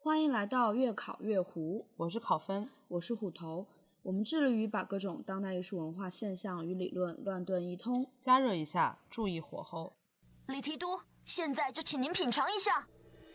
欢迎来到越考越糊， 我是考分， 我是虎头。我们致力于把各种当代艺术文化现象与理论乱炖一通， 加热一下，注意火候。 李提督，现在就请您品尝一下。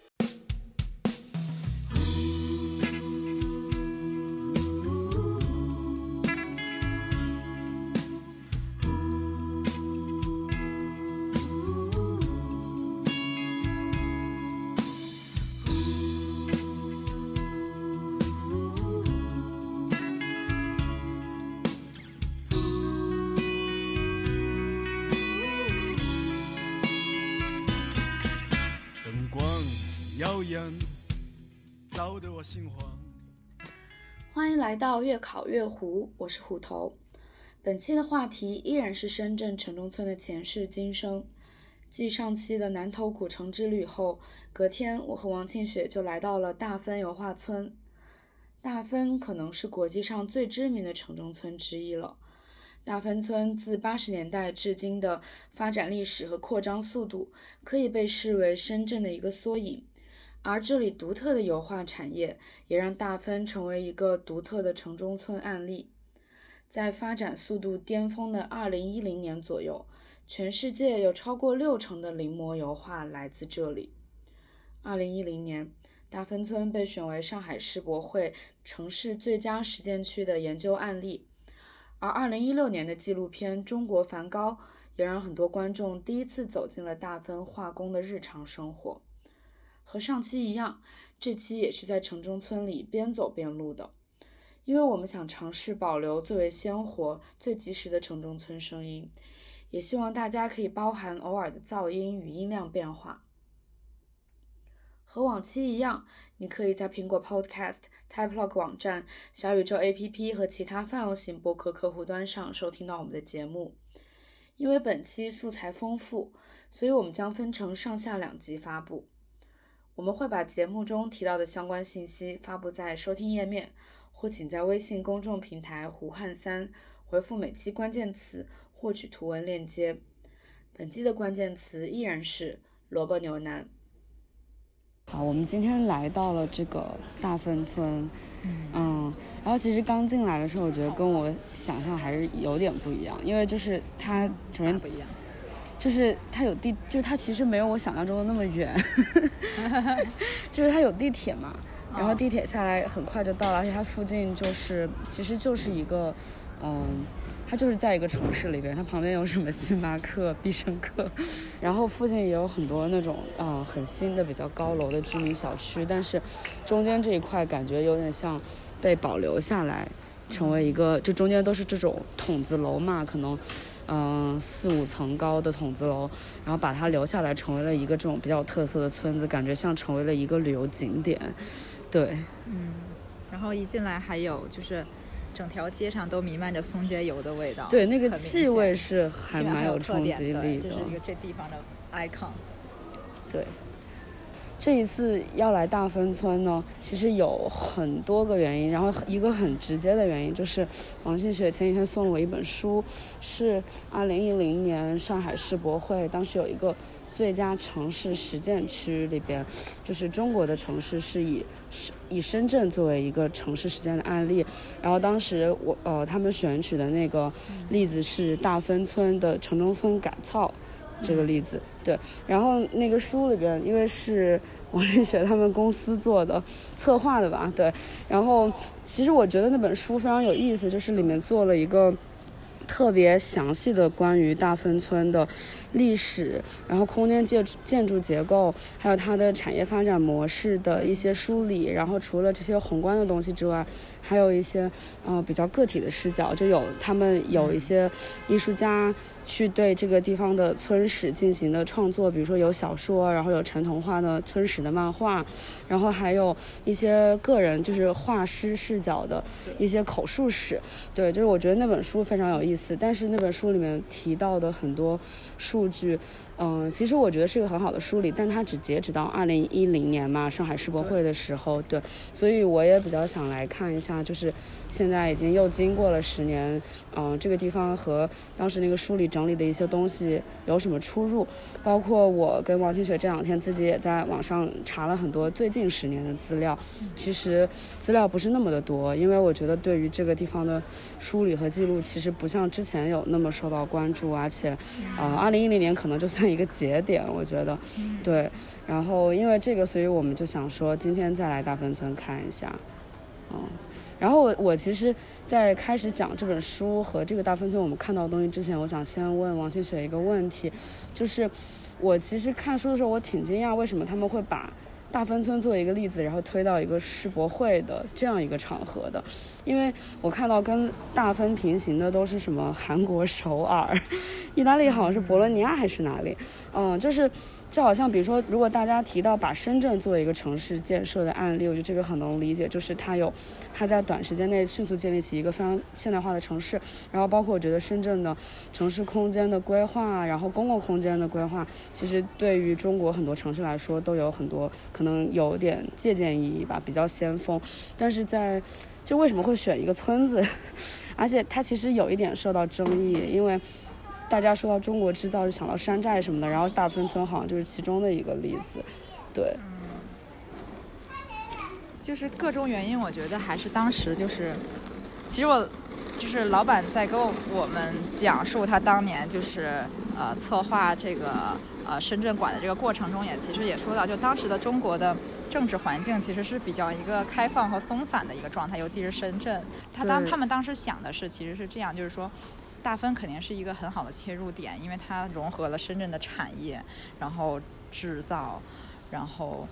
耀眼，照得我心慌。 欢迎来到越考越糊，我是虎头。本期的话题依然是深圳城中村的前世今生。继上期的南头古城之旅后，隔天我和王庆雪就来到了大分油画村。大分可能是国际上最知名的城中村之一了。大分村自80年代至今的发展历史和扩张速度，可以被视为深圳的一个缩影。而这里独特的油画产业也让大分成为一个独特的城中村案例。在发展速度巅峰的2010年左右，全世界有超过60%的临摹油画来自这里。2010年，大分村被选为上海世博会城市最佳实践区的研究案例。而2016年的纪录片《中国梵高》也让很多观众第一次走进了大分画工的日常生活。和上期一样，这期也是在城中村里边走边录的，因为我们想尝试保留最为鲜活、最及时的城中村声音，也希望大家可以包含偶尔的噪音与音量变化。和往期一样，你可以在苹果 Podcast、Typelog 网站、小宇宙 APP 和其他泛用型播客客户端上收听到我们的节目。因为本期素材丰富，所以我们将分成上下2集发布。我们会把节目中提到的相关信息发布在收听页面，或请在微信公众平台胡汉3回复每期关键词获取图文链接。本期的关键词依然是萝卜牛腩。好，我们今天来到了这个大分村，然后其实刚进来的时候，我觉得跟我想象还是有点不一样，因为就是它首先不一样， 就是它有就是它其实没有我想象中的那么远，就是它有地铁嘛，然后地铁下来很快就到了，而且它附近其实就是一个，它就是在一个城市里边，它旁边有什么星巴克、必胜客，然后附近也有很多那种很新的比较高楼的居民小区，但是中间这一块感觉有点像被保留下来，成为一个就中间都是这种筒子楼嘛，可能4-5层高的筒子楼，然后把它留下来，成为了一个这种比较有特色的村子，感觉像成为了一个旅游景点。对， 然后一进来还有就是整条街上都弥漫着松节油的味道， 对，那个气味是还蛮有冲击力的， 这是一个这地方的 icon。 对，这一次要来大分村呢，其实有很多个原因，然后一个很直接的原因就是王庆雪前几天送了我一本书，是2010年上海世博会当时有一个最佳城市实践区里边，就是中国的城市是以深圳作为一个城市实践的案例，然后当时他们选取的那个例子是大分村的城中村改造这个例子。对，然后那个书里边因为是王庆雪他们公司做的策划的吧，对，然后其实我觉得那本书非常有意思，就是里面做了一个特别详细的关于大分村的历史，然后空间建筑结构，还有它的产业发展模式的一些梳理，然后除了这些宏观的东西之外，还有一些比较个体的视角，就他们有一些艺术家去对这个地方的村史进行的创作，比如说有小说，然后有陈童画的村史的漫画，然后还有一些个人就是画师视角的一些口述史。对，就是我觉得那本书非常有意思， 思。但是那本书里面提到的很多数据，其实我觉得是一个很好的梳理，但它只截止到2010年嘛，上海世博会的时候，对，所以我也比较想来看一下，就是现在已经又经过了10年，这个地方和当时那个书里整理的一些东西有什么出入，包括我跟王清雪这2天自己也在网上查了很多最近10年的资料，其实资料不是那么的多，因为我觉得对于这个地方的梳理和记录其实不像之前有那么受到关注，而且2010年可能就算一个节点，我觉得对。然后因为这个，所以我们就想说今天再来大芬村看一下。然后我其实在开始讲这本书和这个大芬村我们看到的东西之前，我想先问王清雪一个问题，就是我其实看书的时候我挺惊讶为什么他们会把大芬村作为一个例子，然后推到一个世博会的这样一个场合的，因为我看到跟大芬平行的都是什么韩国首尔，意大利好像是博罗尼亚还是哪里，就好像比如说如果大家提到把深圳作为一个城市建设的案例，我觉得这个很能理解，就是它在短时间内迅速建立起一个非常现代化的城市，然后包括我觉得深圳的城市空间的规划，然后公共空间的规划，其实对于中国很多城市来说都有很多可能有点借鉴意义吧，比较先锋。但是就为什么会选一个村子，而且它其实有一点受到争议，因为大家说到中国制造就想到山寨什么的，然后大芬村好像就是其中的一个例子，对。 就是各种原因，我觉得还是当时其实我就是老板在跟我们讲述他当年就是策划这个深圳馆的这个过程中，其实也说到，就当时的中国的政治环境其实是比较一个开放和松散的一个状态，尤其是深圳。他们当时想的是其实是这样，就是说大芬肯定是一个很好的切入点，因为它融合了深圳的产业，然后制造，然后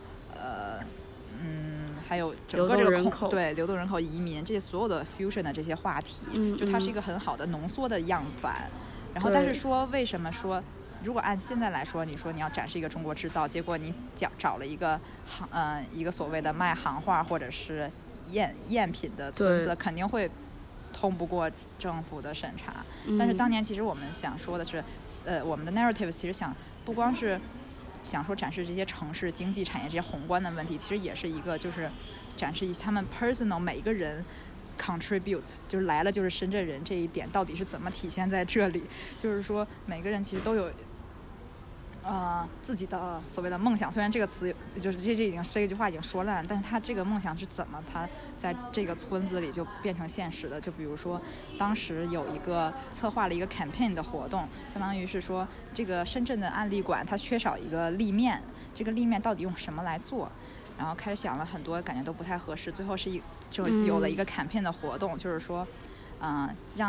还有整个这个流动人口、移民这些所有的 fusion 的这些话题，就它是一个很好的浓缩的样板。然后但是说为什么说如果按现在来说，你说你要展示一个中国制造，结果你找了一个所谓的卖行话或者是赝品的村子，肯定会通不过政府的审查。但是当年其实我们想说的是，我们的 narrative 其实不光是想说展示这些城市经济产业这些宏观的问题，其实也是一个就是展示他们 personal 每一个人 contribute， 就是来了就是深圳人这一点到底是怎么体现在这里，就是说每个人其实都有自己的所谓的梦想，虽然这个词就是这句话已经说烂了，但是他这个梦想是怎么他在这个村子里就变成现实的。就比如说当时有一个策划了一个 campaign 的活动，相当于是说这个深圳的案例馆它缺少一个立面，这个立面到底用什么来做，然后开始想了很多，感觉都不太合适，最后就有了一个 campaign 的活动，就是说让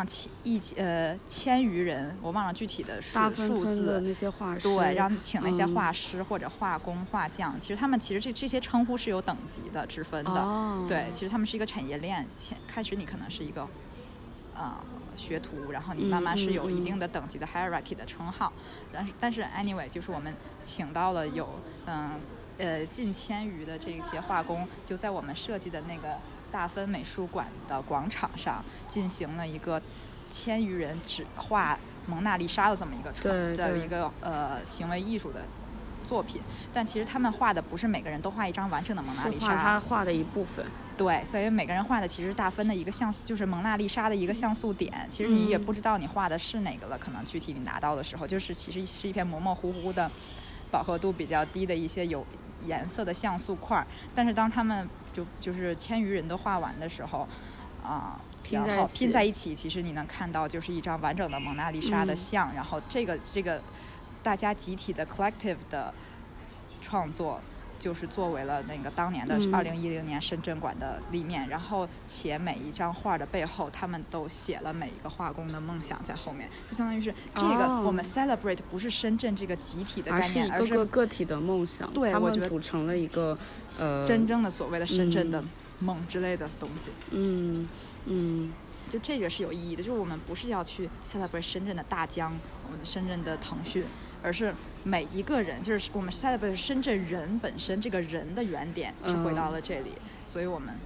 1000余人，我忘了具体的数字， 那些画师， 对，让请那些画师或者画工、画匠，其实他们这些称呼是有等级的之分的，对，其实他们是一个产业链，开始你可能是一个学徒，然后你慢慢是有一定的等级的 hierarchy 的称号，但是 anyway 就是我们请到了有近1000余的这些画工，就在我们设计的那个大芬美术馆的广场上进行了一个1000余人只画蒙娜丽莎的这么一个行为艺术的作品，但其实他们画的不是每个人都画一张完整的蒙娜丽莎，是他画的一部分， 对，所以每个人画的其实大芬的一个就是蒙娜丽莎的一个像素点，其实你也不知道你画的是哪个了，可能具体你拿到的时候就是其实是一片模模糊糊的饱和度比较低的一些有颜色的像素块，但是当他们就是1000余人都画完的时候然后拼在一起，其实你能看到就是一张完整的蒙娜丽莎的像，然后这个大家集体的 collective 的创作就是作为了那个当年的2010年深圳馆的立面，然后且每一张画的背后他们都写了每一个画工的梦想在后面，就相当于是这个我们 celebrate 不是深圳这个集体的概念，而是个体的梦想， 对， 他们组成了一个真正的所谓的深圳的梦之类的东西。就这个是有意义的，就是我们不是要去 celebrate 深圳的大疆，我们深圳的腾讯，而是每一个人，就是我们 celebrate 深圳人本身，这个人的原点是回到了这里，所以我们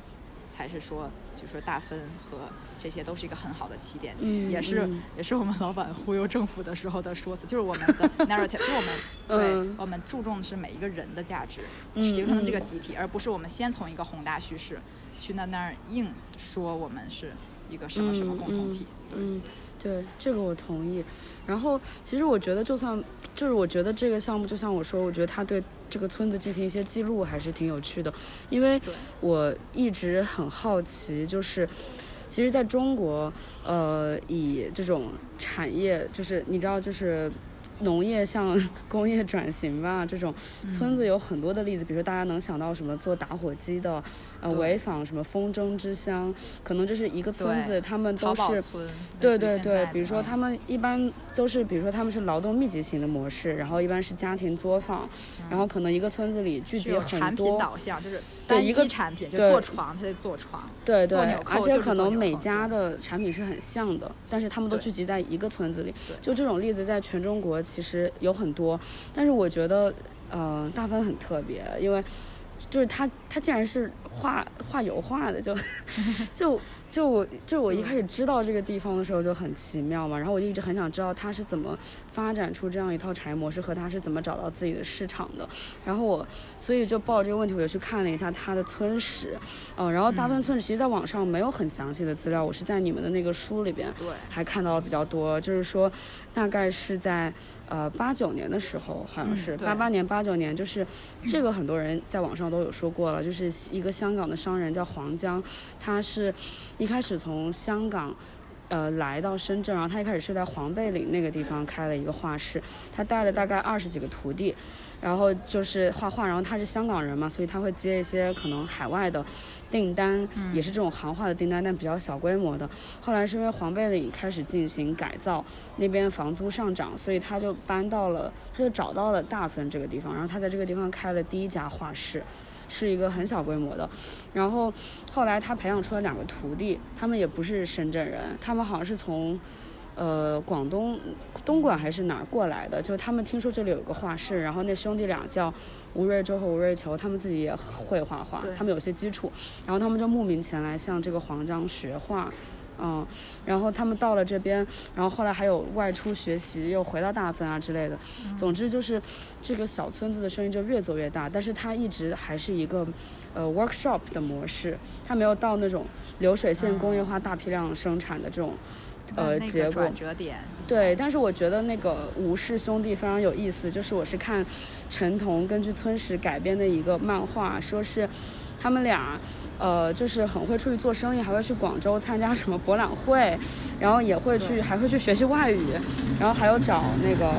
才是说就是说大分和这些都是一个很好的起点，也是我们老板忽悠政府的时候的说辞，就是我们的 narrative 就是我们对我们注重的是每一个人的价值，形成这个集体，而不是我们先从一个宏大叙事去那儿硬说我们是一个什么什么共同体。 对，这个我同意。然后其实我觉得我觉得这个项目就像我说，我觉得他对这个村子进行一些记录还是挺有趣的，因为我一直很好奇，就是其实在中国以这种产业，就是你知道就是农业向工业转型吧，这种村子有很多的例子，比如说大家能想到什么做打火机的，潍坊什么风筝之乡，可能就是一个村子，他们都是对，比如说他们一般都是，比如说他们是劳动密集型的模式，然后一般是家庭作坊，然后可能一个村子里聚集很多产品导向，就是单一产品，就做床他就做床， 对， 做纽扣而且可能每家的产品是很像的，但是他们都聚集在一个村子里，就这种例子在全中国其实有很多，但是我觉得大分很特别，因为就是他竟然是画油画的，就我一开始知道这个地方的时候就很奇妙嘛，然后我就一直很想知道他是怎么发展出这样一套产业模式，和他是怎么找到自己的市场的。然后所以就抱着这个问题，我就去看了一下他的村史，然后大分村史其实在网上没有很详细的资料，我是在你们的那个书里边还看到了比较多，就是说大概是在89年的时候，好像是88年89年，就是这个很多人在网上都有说过了，就是一个香港的商人叫黄江，他是一开始从香港来到深圳，然后他一开始是在黄贝岭那个地方开了一个画室，他带了大概20几个徒弟，然后就是画画，然后他是香港人嘛，所以他会接一些可能海外的订单，也是这种行话的订单，但比较小规模的。后来是因为黄贝岭开始进行改造，那边房租上涨，所以他就找到了大分这个地方，然后他在这个地方开了第一家画室，是一个很小规模的。然后后来他培养出了2个徒弟，他们也不是深圳人，他们好像是从广东东莞还是哪儿过来的，就他们听说这里有个画室，然后那兄弟俩叫吴瑞洲和吴瑞球，他们自己也会画画，他们有些基础，然后他们就慕名前来向这个黄江学画。然后他们到了这边，然后后来还有外出学习，又回到大分啊之类的。总之就是这个小村子的生意就越做越大，但是它一直还是一个workshop 的模式，它没有到那种流水线工业化大批量生产的这种结果。 转折点。 对，但是我觉得那个吴氏兄弟非常有意思，就是我是看陈彤根据村史改编的一个漫画，说是他们俩就是很会出去做生意，还会去广州参加什么博览会，然后还会去学习外语，然后还有找那个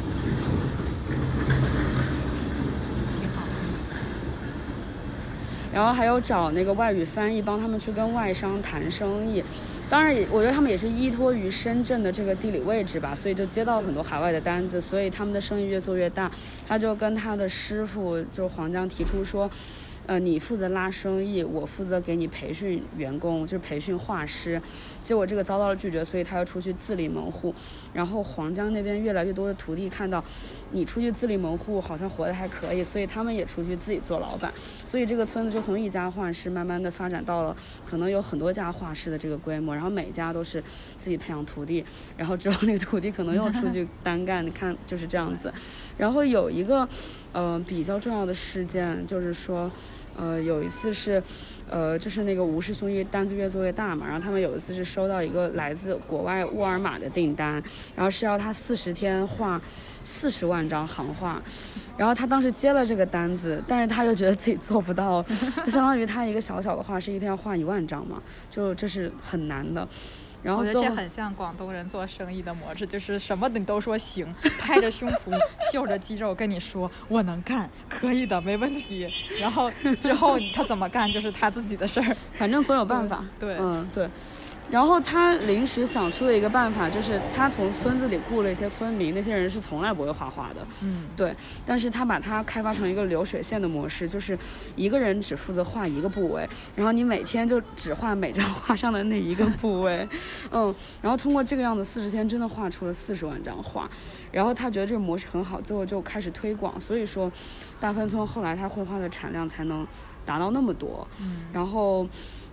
外语翻译帮他们去跟外商谈生意。当然我觉得他们也是依托于深圳的这个地理位置吧，所以就接到很多海外的单子，所以他们的生意越做越大。他就跟他的师傅就是黄江提出说，你负责拉生意，我负责给你培训员工，就是培训画师。结果这个遭到了拒绝，所以他要出去自立门户。然后黄江那边越来越多的徒弟看到你出去自立门户好像活得还可以，所以他们也出去自己做老板。所以这个村子就从一家画室慢慢的发展到了可能有很多家画室的这个规模，然后每家都是自己培养徒弟，然后之后那个徒弟可能又出去单干，你看就是这样子。然后有一个比较重要的事件，就是说有一次是就是那个吴氏兄弟单子越做越大嘛，然后他们有一次是收到一个来自国外沃尔玛的订单，然后是要他40天画40万张行画，然后他当时接了这个单子，但是他又觉得自己做不到，就相当于他一个小小的画室一天要画1万张嘛，就这是很难的。然后我觉得这很像广东人做生意的模式，就是什么你都说行，拍着胸脯秀着肌肉跟你说我能干，可以的，没问题。然后之后他怎么干就是他自己的事儿， 反正总有办法。 对， 对。然后他临时想出了一个办法，就是他从村子里雇了一些村民，那些人是从来不会画画的，对，但是他把它开发成一个流水线的模式，就是一个人只负责画一个部位，然后你每天就只画每张画上的那一个部位，然后通过这个样子40天真的画出了40万张画，然后他觉得这个模式很好，最后就开始推广，所以说大分村后来他绘画的产量才能达到那么多，然后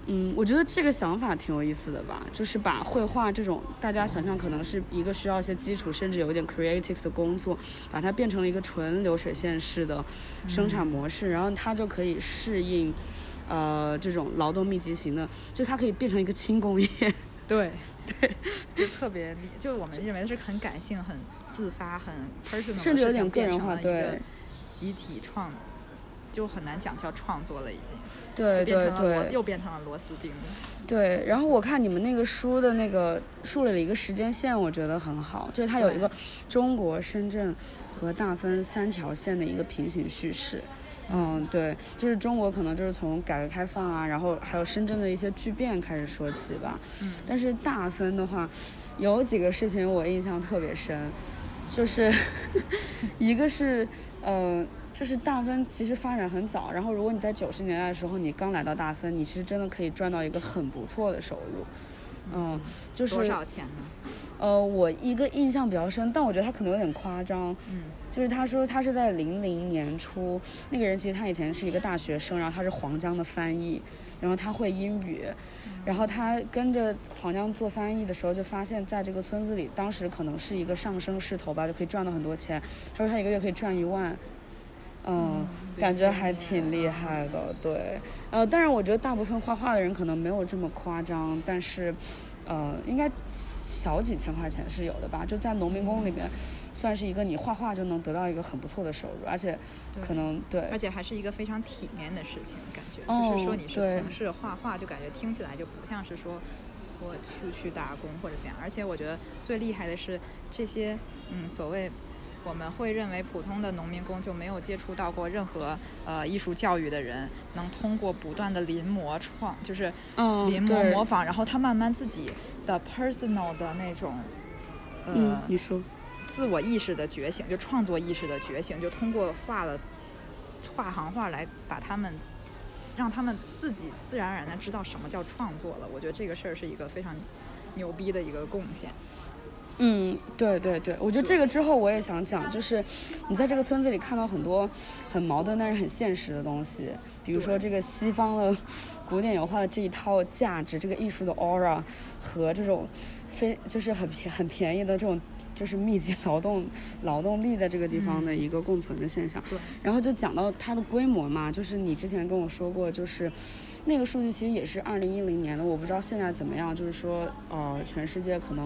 我觉得这个想法挺有意思的吧，就是把绘画这种大家想象可能是一个需要一些基础甚至有一点 creative 的工作，把它变成了一个纯流水线式的生产模式，然后它就可以适应这种劳动密集型的，就它可以变成一个轻工业。 对，就特别，就我们认为是很感性、很自发、很 personal， 甚至有点个人化，对， 集体就很难讲叫创作了，已经， 对对对， 又变成了螺丝钉。 对，然后我看你们那个书的那个树立了一个时间线，我觉得很好，就是它有一个中国、深圳和大分3条线的一个平行叙事。对，就是中国可能就是从改革开放啊，然后还有深圳的一些巨变开始说起吧。但是大分的话，有几个事情我印象特别深，就是一个是就是大分其实发展很早，然后如果你在90年代的时候你刚来到大分，你其实真的可以赚到一个很不错的收入。就是多少钱呢？ 我一个印象比较深，但我觉得他可能有点夸张。就是他说他是在00年初，那个人其实他以前是一个大学生，然后他是黄江的翻译，然后他会英语，然后他跟着黄江做翻译的时候，就发现在这个村子里，当时可能是一个上升势头吧，就可以赚到很多钱。他说他一个月可以赚1万。感觉还挺厉害的，对。当然我觉得大部分画画的人可能没有这么夸张，但是应该小几千块钱是有的吧，就在农民工里面算是一个你画画就能得到一个很不错的收入，而且可能对， 而且还是一个非常体面的事情，感觉就是说你是从事画画，就感觉听起来就不像是说我出去打工或者怎样。而且我觉得最厉害的是这些所谓我们会认为普通的农民工就没有接触到过任何艺术教育的人，能通过不断的临摹就是临摹模仿，然后他慢慢自己的 personal 的那种你说自我意识的觉醒，就创作意识的觉醒，就通过画行画来把他们让他们自己自然而然的知道什么叫创作了。我觉得这个事儿是一个非常牛逼的一个贡献。 对对对，我觉得这个之后我也想讲，就是你在这个村子里看到很多很矛盾但是很现实的东西，比如说这个西方的古典油画的这一套价值，这个艺术的 aura 和这种就是很便宜的这种就是密集劳动力在这个地方的一个共存的现象。 对， 然后就讲到它的规模嘛，就是你之前跟我说过，就是那个数据其实也是2010年的，我不知道现在怎么样，就是说全世界可能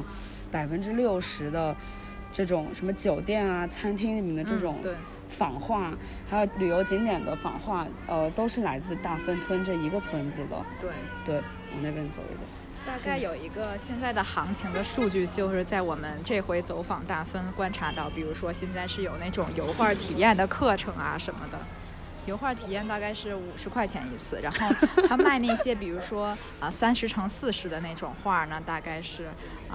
60%的这种什么酒店啊餐厅里面的这种仿画，还有旅游景点的仿画都是来自大分村这一个村子的。对，往那边走一点。 大概有一个现在的行情的数据，就是在我们这回走访大分观察到，比如说现在是有那种油画体验的课程啊什么的，油画体验大概是50块钱一次，然后他卖那些比如说30×40的那种画呢，大概是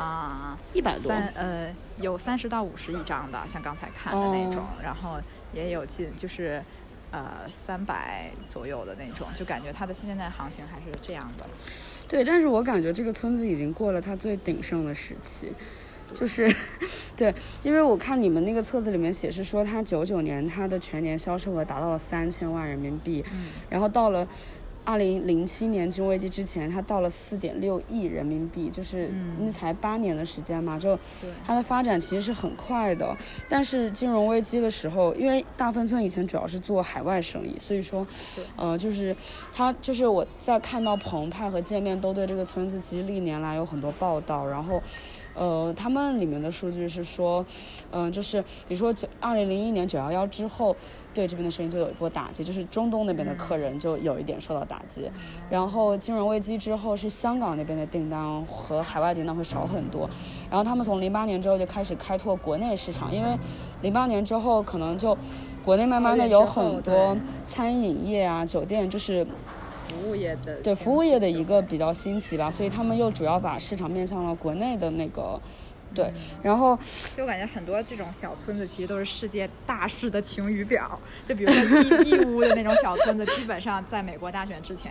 100多， 有30到50一张的，像刚才看的那种，然后也有就是300左右的那种，就感觉它的现在行情还是这样的。 对，但是我感觉这个村子已经过了它最鼎盛的时期，就是对，因为我看你们那个册子里面写是说它99年它的全年销售额达到了3000万人民币，然后到了2007年金融危机之前，它到了4.6亿人民币，就是那才8年的时间嘛，就它的发展其实是很快的。但是金融危机的时候，因为大分村以前主要是做海外生意，所以说就是它就是我在看到澎湃和界面都对这个村子其实历年来有很多报道，然后他们里面的数据是说就是比如说2001年911之后，对这边的生意就有一波打击，就是中东那边的客人就有一点受到打击，然后金融危机之后是香港那边的订单和海外订单会少很多，然后他们从08年之后就开始开拓国内市场，因为08年之后可能就国内慢慢的有很多餐饮业啊酒店就是服务业的对服务业的一个比较兴起吧，所以他们又主要把市场面向了国内的那个对，然后就感觉很多这种小村子其实都是世界大势的晴雨表，就比如说义乌的那种小村子，基本上在美国大选之前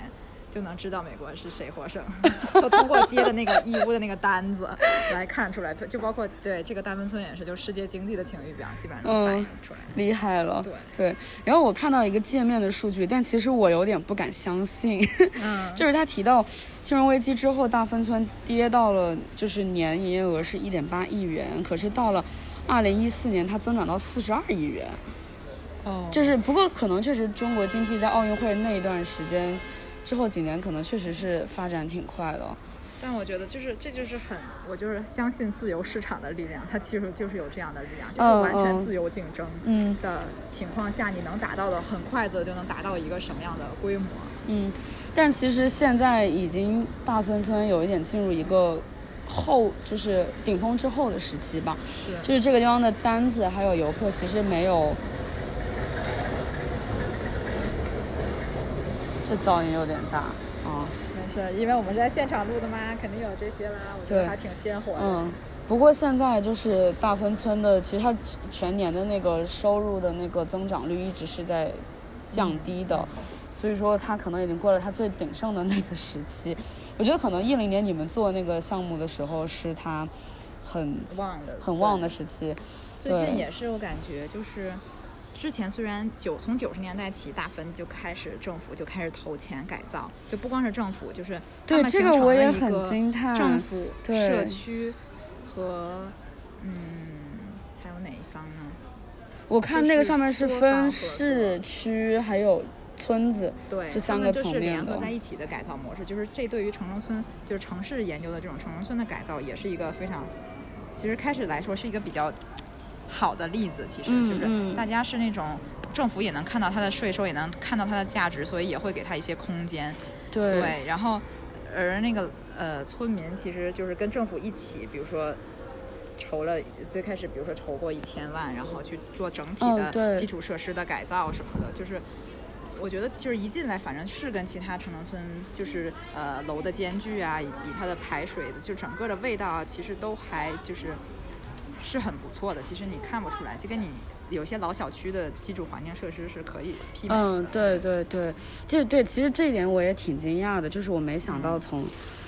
就能知道美国是谁获胜，都通过接的那个义乌的那个单子来看出来，就包括对这个大芬村也是，就世界经济的晴雨表基本上都反映出来。 厉害了。 对。 然后我看到一个界面的数据，但其实我有点不敢相信。就是他提到金融危机之后，大芬村跌到了就是年营业额是1.8亿元，可是到了2014年它增长到42亿元。就是不过可能确实中国经济在奥运会那一段时间之后几年可能确实是发展挺快的。 但我觉得这就是我就是相信自由市场的力量，它其实就是有这样的力量，就是完全自由竞争的情况下，你能达到的很快的就能达到一个什么样的规模。 但其实现在已经大芬村有一点进入一个就是顶峰之后的时期吧。就是这个地方的单子还有游客其实没有，这噪音有点大没事，因为我们是在现场录的嘛，肯定有这些啦，我觉得还挺鲜活的。 不过现在就是大芬村的，其实它全年的那个收入的那个增长率一直是在降低的，所以说它可能已经过了它最鼎盛的那个时期。我觉得可能10年你们做那个项目的时候是它很旺的时期。 最近也是我感觉就是之前虽然从90年代起，大芬政府就开始投钱改造，就不光是政府，就是他们形成了一个政府、社区和还有哪一方呢？ 我看那个上面是分市区还有村子， 对， 这3个层面的， 就是联合在一起的改造模式。就是这对于城中村，就是城市研究的这种城中村的改造，也是一个非常，其实开始来说是一个比较好的例子。其实就是大家是那种政府也能看到它的税收，也能看到它的价值，所以也会给它一些空间。对，然后而那个村民其实就是跟政府一起，比如说最开始比如说筹过1000万，然后去做整体的基础设施的改造什么的。就是我觉得就是一进来反正是跟其他城中村就是楼的间距啊，以及它的排水的就整个的味道啊，其实都还是很不错的。其实你看不出来，就跟你有些老小区的基础环境设施是可以媲美的。 对，其实这一点我也挺惊讶的，就是我没想到从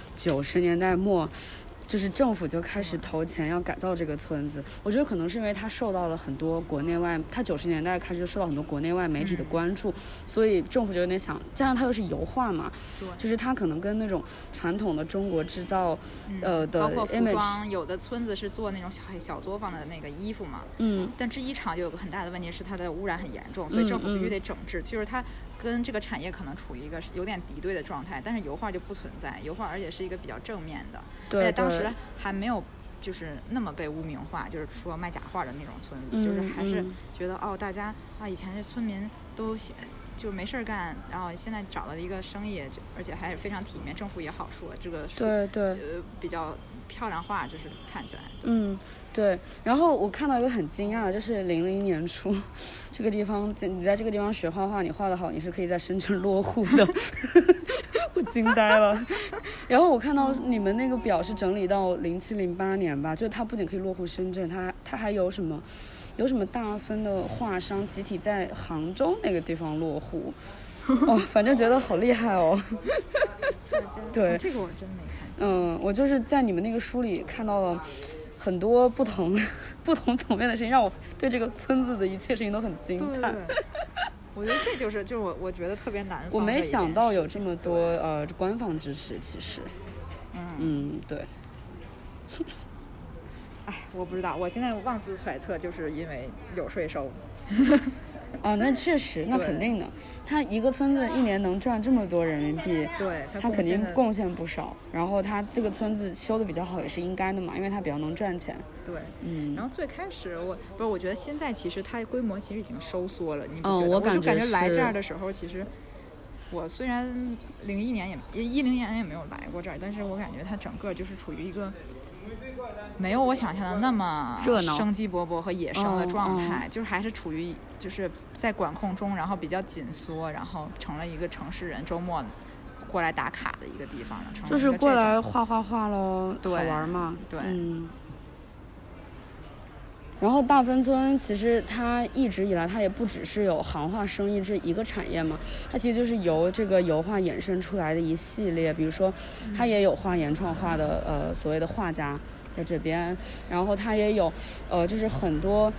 90年代末就是政府就开始投钱要改造这个村子。我觉得可能是因为它受到了很多国内外，它90年代开始就受到很多国内外媒体的关注，所以政府就有点想，加上它又是油画嘛，就是它可能跟那种传统的中国制造的 image， 包括服装，有的村子是做那种小作坊的那个衣服嘛，但制衣厂就有个很大的问题是它的污染很严重，所以政府必须得整治，就是它跟这个产业可能处于一个有点敌对的状态。但是油画就不存在，油画而且是一个比较正面的，而且当时还没有就是那么被污名化，就是说卖假画的那种村子，就是还是觉得大家以前这村民都就没事干，然后现在找了一个生意，而且还是非常体面，政府也好说这个比较漂亮画，就是看起来对。然后我看到一个很惊讶的，就是00年初这个地方，你在这个地方学画画，你画得好，你是可以在深圳落户的。我惊呆了。然后我看到你们那个表是整理到07、08年吧，就是它不仅可以落户深圳，它还有什么大芬的画商集体在杭州那个地方落户。反正觉得好厉害哦。对， 这个我真没看见。 我就是在你们那个书里看到了很多不同层面的事情，让我对这个村子的一切事情都很惊叹。 对，我觉得这就是我觉得特别难。 我没想到有这么多官方支持，其实。对。 我不知道，我现在妄自揣测，就是因为有税收。 那确实，那肯定的。他一个村子一年能赚这么多人民币， 对， 他肯定贡献不少。然后他这个村子修的比较好也是应该的嘛，因为他比较能赚钱。 对，然后最开始我觉得现在其实它规模其实已经收缩了，你不觉得？我就感觉来这儿的时候，其实我虽然1010年也没有来过这儿，但是我感觉它整个就是处于一个没有我想象的那么生机勃勃和野生的状态，就是还是处于就是在管控中，然后比较紧缩，然后成了一个城市人周末过来打卡的一个地方了， 就是过来画咯，好玩嘛。 对， 然后大芬村其实它一直以来它也不只是有行话生意这一个产业嘛，它其实就是由这个油画衍生出来的一系列，比如说它也有画原创画的所谓的画家在这边，然后它也有就是很多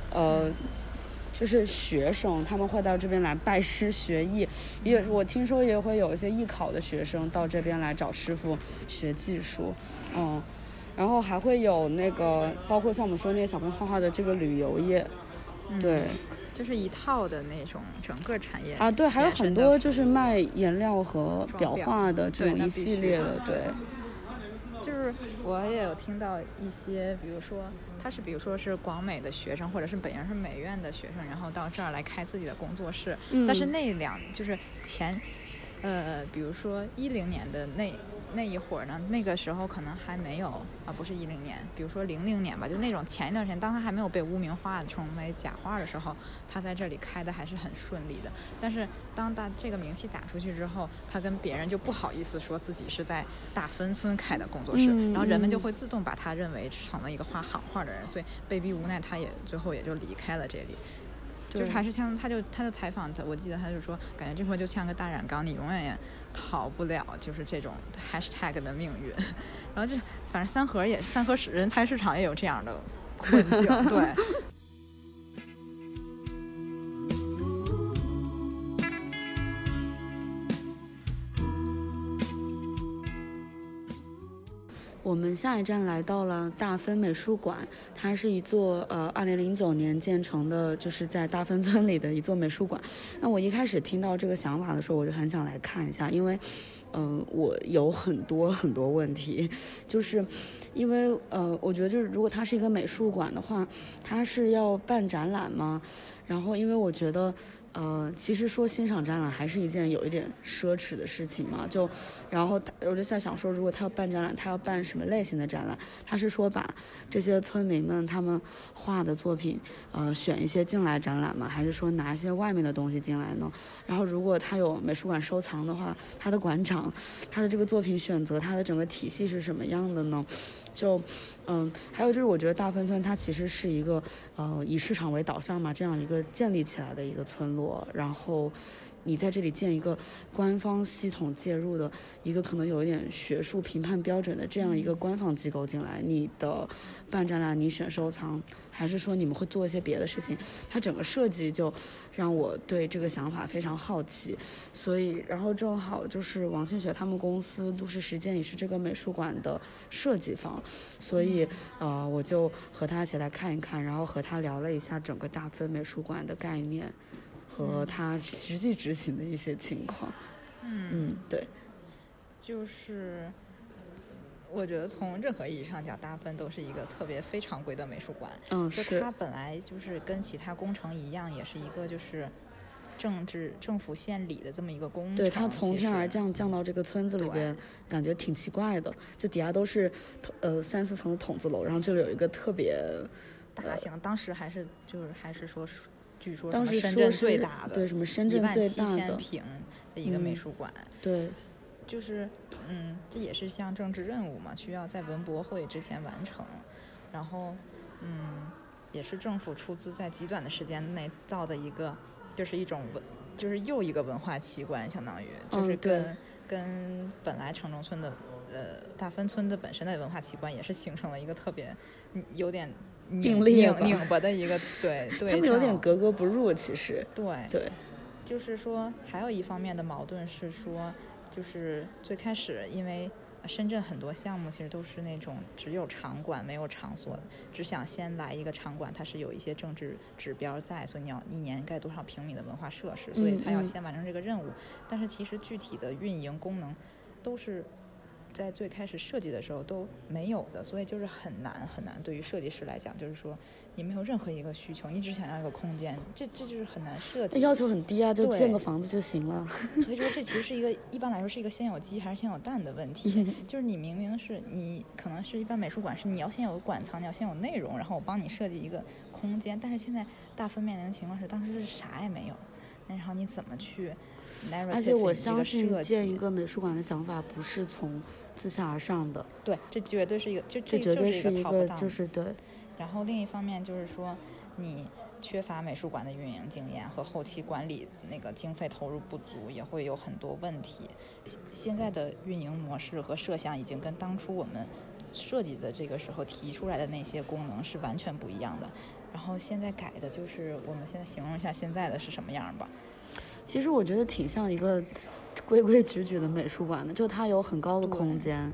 就是学生他们会到这边来拜师学艺，也我听说也会有一些艺考的学生到这边来找师傅学技术，然后还会有那个包括像我们说那些小朋友画画的这个旅游业，对， 就是一套的那种整个产业啊，对，还有很多就是卖颜料和裱画的这种一系列的，对。 就是我也有听到一些，比如说是广美的学生，或者是北洋是美院的学生，然后到这儿来开自己的工作室。但是就是比如说10年的那一会儿呢，那个时候可能还没有不是10年，比如说00年吧，就那种前一段时间，当他还没有被污名化成为假画的时候，他在这里开的还是很顺利的。但是当这个名气打出去之后，他跟别人就不好意思说自己是在大芬村开的工作室，然后人们就会自动把他认为成了一个画行画的人，所以被逼无奈，他也最后也就离开了这里。就是还是像他就采访他，我记得他就说，感觉这回就像个大染缸，你永远也逃不了就是这种 hashtag 的命运。然后反正三河人才市场也有这样的困境，对。 我们下一站来到了大芬美术馆，它是一座2009年建成的，就是在大芬村里的一座美术馆。那我一开始听到这个想法的时候，我就很想来看一下，因为我有很多问题，就是因为我觉得就是如果它是一个美术馆的话，它是要办展览吗？然后因为我觉得其实说欣赏展览还是一件有一点奢侈的事情嘛，然后我就在想说，如果他要办展览，他要办什么类型的展览？他是说把这些村民们他们画的作品选一些进来展览吗？还是说拿一些外面的东西进来呢？然后如果他有美术馆收藏的话，他的馆长他的这个作品选择他的整个体系是什么样的呢？还有就是我觉得大芬村它其实是一个以市场为导向嘛，这样一个建立起来的一个村落，然后你在这里建一个官方系统介入的一个可能有一点学术评判标准的这样一个官方机构进来，你的办展览你选收藏，还是说你们会做一些别的事情？它整个设计就让我对这个想法非常好奇，所以然后正好就是王庆雪他们公司都市实践也是这个美术馆的设计方，所以我就和他一起来看一看，然后和他聊了一下整个大芬美术馆的概念和他实际执行的一些情况。对， 就是我觉得从任何意义上讲，大芬都是一个特别非常规的美术馆。 是它本来就是跟其他工程一样，也是一个就是政府献礼的这么一个工程。 对，它从天而降到这个村子里边，感觉挺奇怪的。就底下都是3-4层的筒子楼，然后这里有一个特别大型，当时还是说。据说当时深圳最大的， 对，什么深圳最大的 17000平的一个美术馆， 对， 就是这也是项政治任务嘛，需要在文博会之前完成，然后也是政府出资在极短的时间内造的一个，就是就是又一个文化奇观，相当于就是跟本来城中村的大芬村的本身的文化奇观也是形成了一个特别有点拧巴的一个对， 他们有点格格不入，其实对， 就是说还有一方面的矛盾是说，就是最开始因为深圳很多项目其实都是那种只有场馆没有场所的，只想先来一个场馆，它是有一些政治指标在，所以你要1年盖多少平米的文化设施，所以它要先完成这个任务。但是其实具体的运营功能都是在最开始设计的时候都没有的，所以就是很难。对于设计师来讲，就是说你没有任何一个需求，你只想要一个空间，这就是很难设计。 要求很低啊，就建个房子就行了。 所以说这其实是一般来说是一个先有鸡还是先有蛋的问题。就是你明明是你可能是一般美术馆是你要先有馆藏，你要先有内容，然后我帮你设计一个空间。但是现在大分面临的情况是当时是啥也没有，然后你怎么去？ 而且我相信建一个美术馆的想法不是从自下而上的。 对，这绝对是一个，这绝对是一个， 就是对。 然后另一方面就是说你缺乏美术馆的运营经验和后期管理那个经费投入不足，也会有很多问题。现在的运营模式和设想已经跟当初我们设计的这个时候提出来的那些功能是完全不一样的。然后现在改的就是我们现在形容一下现在的是什么样吧。 其实我觉得挺像一个规规矩矩的美术馆的，就它有很高的空间，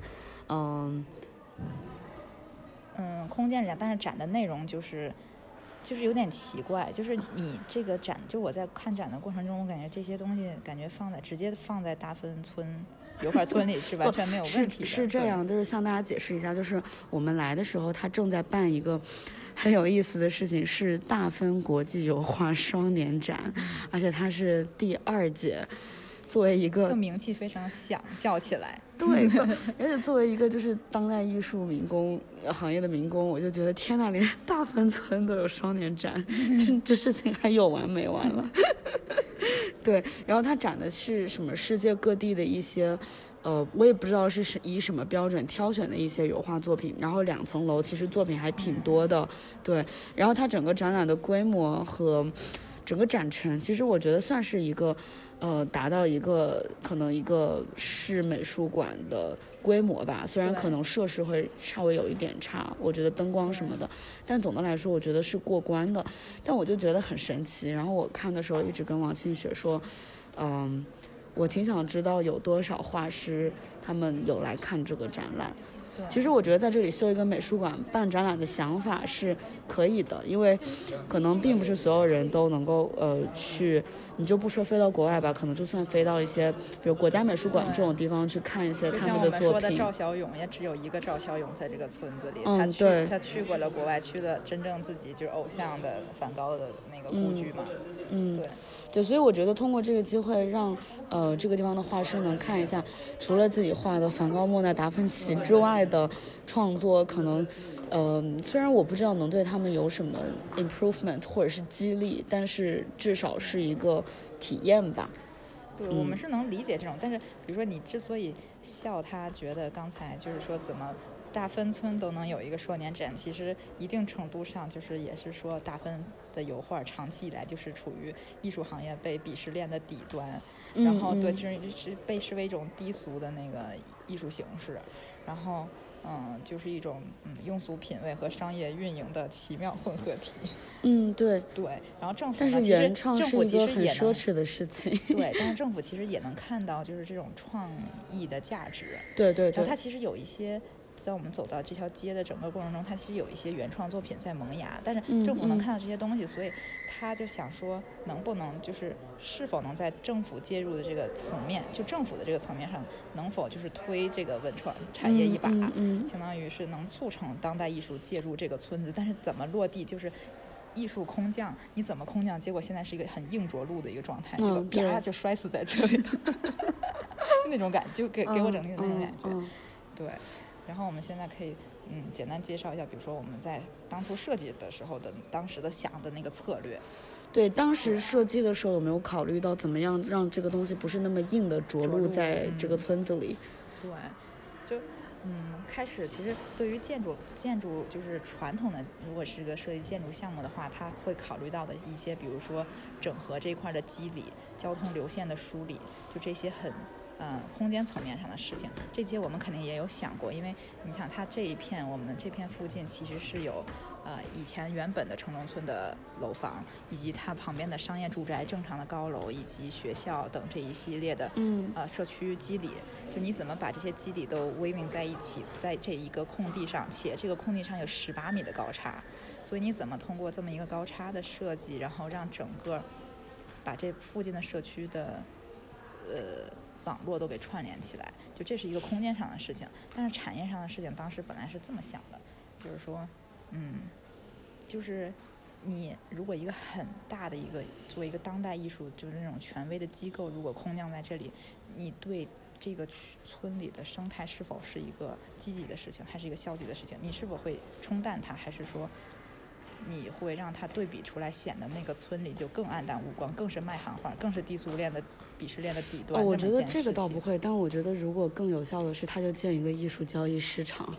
空间是这样，但是展的内容就是有点奇怪，就是你这个展，就我在看展的过程中，我感觉这些东西感觉直接放在大芬村油画村里是完全没有问题的。 是这样，就是向大家解释一下，就是我们来的时候，他正在办一个很有意思的事情，是大芬国际油画双年展，而且它是第2届。作为一个就名气非常响，叫起来。 对，而且作为一个就是当代艺术民工行业的民工，我就觉得天哪，连大芬村都有双年展，这事情还有完没完了？对，然后它展的是什么世界各地的一些我也不知道是以什么标准挑选的一些油画作品，然后2层楼其实作品还挺多的。对，然后它整个展览的规模和整个展陈，其实我觉得算是一个达到一个可能一个市美术馆的规模吧，虽然可能设施会稍微有一点差，我觉得灯光什么的，但总的来说我觉得是过关的。但我就觉得很神奇，然后我看的时候一直跟王庆雪说我挺想知道有多少画师他们有来看这个展览。其实我觉得在这里修一个美术馆办展览的想法是可以的，因为可能并不是所有人都能够去，你就不说飞到国外吧，可能就算飞到一些比如国家美术馆这种地方去看一些他们的作品。就像我们说的赵小勇，也只有一个赵小勇在这个村子里，他去过了国外，去了真正自己就是偶像的梵高的那个故居嘛。对，所以我觉得通过这个机会让这个地方的画师能看一下，除了自己画的梵高、莫奈、达芬奇之外的创作，可能虽然我不知道能对他们有什么 improvement 或者是激励，但是至少是一个体验吧。 对，我们是能理解这种，但是比如说你之所以笑他，觉得刚才就是说怎么大芬村都能有一个双年展，其实一定程度上就是也是说大芬的油画长期以来就是处于艺术行业被鄙视链的底端，然后对，就是被视为一种低俗的那个艺术形式，然后就是一种庸俗品味和商业运营的奇妙混合体。 对， 然后政府但是原创是一个很奢侈的事情。 对，但是政府其实也能看到就是这种创意的价值。 对， 然后它其实有一些。在我们走到这条街的整个过程中，它其实有一些原创作品在萌芽，但是政府能看到这些东西，所以他就想说能不能就是是否能在政府介入的这个层面，就政府的这个层面上能否就是推这个文创产业一把，相当于是能促成当代艺术介入这个村子，但是怎么落地就是艺术空降，你怎么空降？结果现在是一个很硬着陆的一个状态，这个啪就摔死在这里了那种感觉，就给我整体的那种感觉。对，然后我们现在可以简单介绍一下，比如说我们在当初设计的时候的当时的想的那个策略。 对，当时设计的时候有没有考虑到怎么样让这个东西不是那么硬的着陆在这个村子里？ 对，就开始其实对于建筑就是传统的，如果是个设计建筑项目的话，它会考虑到的一些，比如说整合这块的肌理、交通流线的梳理，就这些很空间层面上的事情，这些我们肯定也有想过，因为你想它这一片，我们这片附近其实是有以前原本的城中村的楼房，以及它旁边的商业住宅、正常的高楼，以及学校等这一系列的社区肌理，就你怎么把这些肌理都 weaving 在一起，在这一个空地上，且这个空地上有18米的高差，所以你怎么通过这么一个高差的设计，然后让整个把这附近的社区的网络都给串联起来，就这是一个空间上的事情。但是产业上的事情当时本来是这么想的，就是说就是你如果一个很大的一个作为一个当代艺术就是那种权威的机构，如果空降在这里，你对这个村里的生态是否是一个积极的事情还是一个消极的事情，你是否会冲淡它，还是说你会让它对比出来，显得那个村里就更黯淡无光，更是卖行话，更是低俗链的鄙视链的底端。 我觉得这个倒不会，但我觉得如果更有效的是，它就建一个艺术交易市场，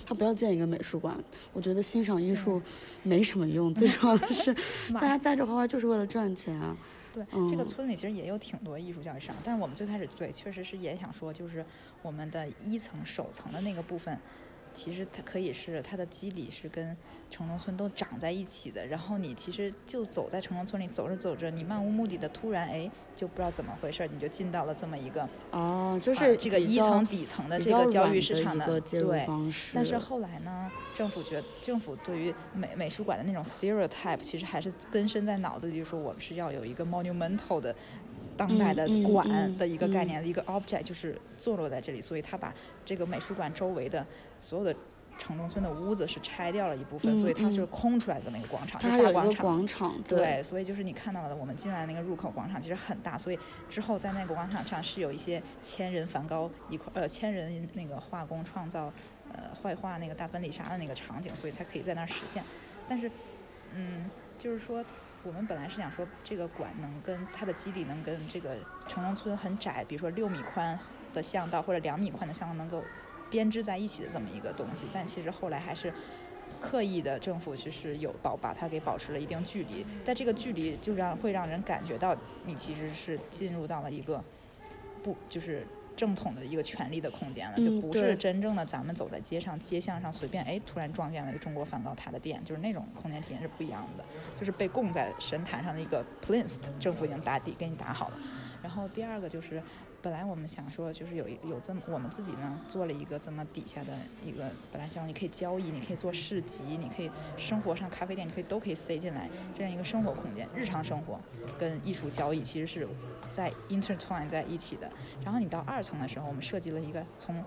他不要建一个美术馆。我觉得欣赏艺术没什么用，最重要的是大家在这画画就是为了赚钱啊。 对，这个村里其实也有挺多艺术教育市场，但是我们最开始确实是也想说，就是我们的一层首层的那个部分，其实它可以是它的基底是跟城中村都长在一起的，然后你其实就走在城中村里走着走着，你漫无目的的突然就不知道怎么回事，你就进到了这么一个就是这个一层底层的这个教育市场的介入方式。 对，但是后来呢，政府对于美术馆的那种 stereotype 其实还是根深在脑子里，就是说我们是要有一个 monumental 的当代的馆的一个概念，一个 object 就是坐落在这里，所以他把这个美术馆周围的所有的城中村的屋子是拆掉了一部分，所以它是空出来的那个广场， 它有一个广场， 对，所以就是你看到的我们进来的那个入口广场其实很大，所以之后在那个广场上是有一些千人梵高千人那个画工创造画那个大芬里莎的那个场景，所以才可以在那儿实现。但是就是说我们本来是想说这个馆能跟它的基底能跟这个城中村很窄，比如说6米宽的巷道或者2米宽的巷道能够编织在一起的这么一个东西，但其实后来还是刻意的政府就是把它给保持了一定距离，但这个距离就会让人感觉到你其实是进入到了一个就是正统的一个权力的空间了，就不是真正的咱们走在街巷上随便突然撞见了一个中国梵高塔的店，就是那种空间体验是不一样的，就是被供在神坛上的一个 plinth 政府已经给你打好了。然后第二个就是本来我们想说就是有这么我们自己呢做了一个这么底下的一个，本来想你可以交易，你可以做市集，你可以生活上咖啡店，你都可以塞进来这样一个生活空间，日常生活跟艺术交易其实是在 intertwine 在一起的。然后你到2层的时候，我们设计了一个从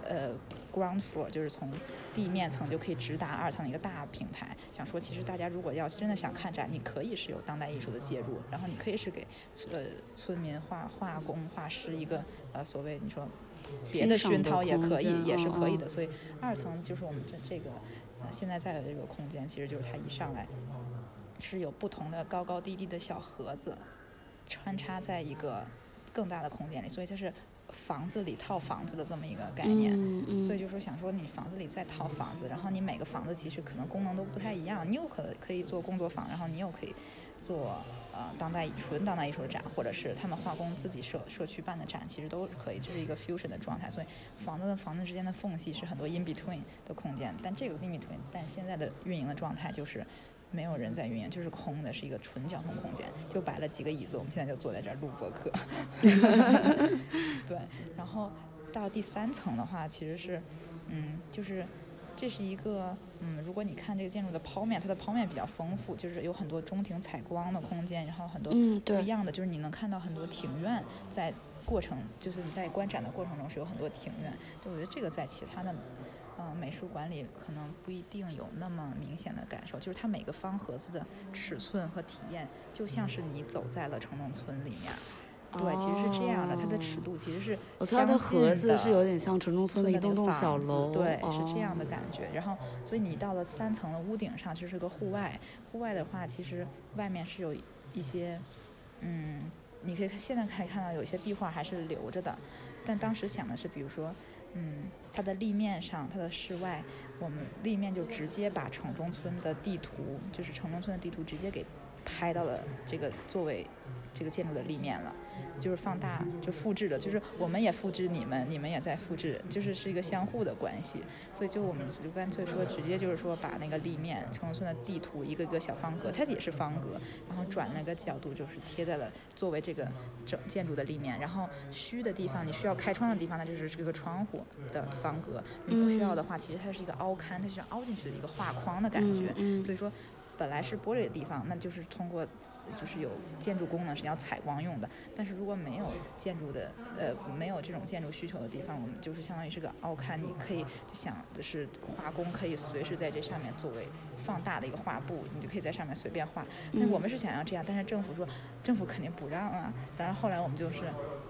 ground floor 就是从地面层就可以直达2层的一个大平台，想说其实大家如果要真的想看展，你可以是有当代艺术的介入，然后你可以是给村民画工画师一个所谓你说别的熏陶也可以，也是可以的。所以2层就是我们这个现在的这个空间，其实就是它一上来是有不同的高高低低的小盒子穿插在一个更大的空间里，所以它是房子里套房子的这么一个概念。所以就说想说你房子里再套房子，然后你每个房子其实可能功能都不太一样，你有可以做工作坊，然后你又可以做纯当代艺术展，或者是他们化工自己社区办的展，其实都可以，这是一个 fusion 的状态。所以房子跟房子之间的缝隙是很多 in between 的空间，但这个 in between 但现在的运营的状态就是没有人在运营，就是空的，是一个纯交通空间，就摆了几个椅子，我们现在就坐在这儿录播客。对，然后到第3层的话其实是就是这是一个如果你看这个建筑的剖面，它的剖面比较丰富，就是有很多中庭采光的空间，然后很多不一样的，就是你能看到很多庭院在就是你在观展的过程中是有很多庭院，就我觉得这个在其他的美术馆里可能不一定有那么明显的感受，就是它每个方盒子的尺寸和体验就像是你走在了城中村里面。对，其实是这样的，它的尺度其实是它的盒子是有点像城中村的一栋栋小楼， 对，是这样的感觉。然后所以你到了3层的屋顶上就是个户外的话，其实外面是有一些你现在可以看到有一些壁画还是留着的，但当时想的是比如说它的立面上，它的室外，我们立面就直接把城中村的地图，就是城中村的地图直接给拍到了这个作为这个建筑的立面了，就是放大就复制的，就是我们也复制你们也在复制，是一个相互的关系。所以我们就干脆说直接就是说把那个立面城中村的地图一个个小方格，它也是方格，然后转那个角度就是贴在了作为这个整建筑的立面，然后虚的地方你需要开窗的地方，那就是这个窗户的方格，你不需要的话其实它是一个凹龛，它是凹进去的一个画框的感觉。所以说本来是玻璃的地方，那就是通过就是有建筑功能是要采光用的，但是如果没有建筑的没有这种建筑需求的地方，我们就是相当于是个凹龛，你可以就想的是画工可以随时在这上面作为放大的一个画布，你就可以在上面随便画。但是我们是想要这样，但是政府肯定不让啊。当然后来我们就是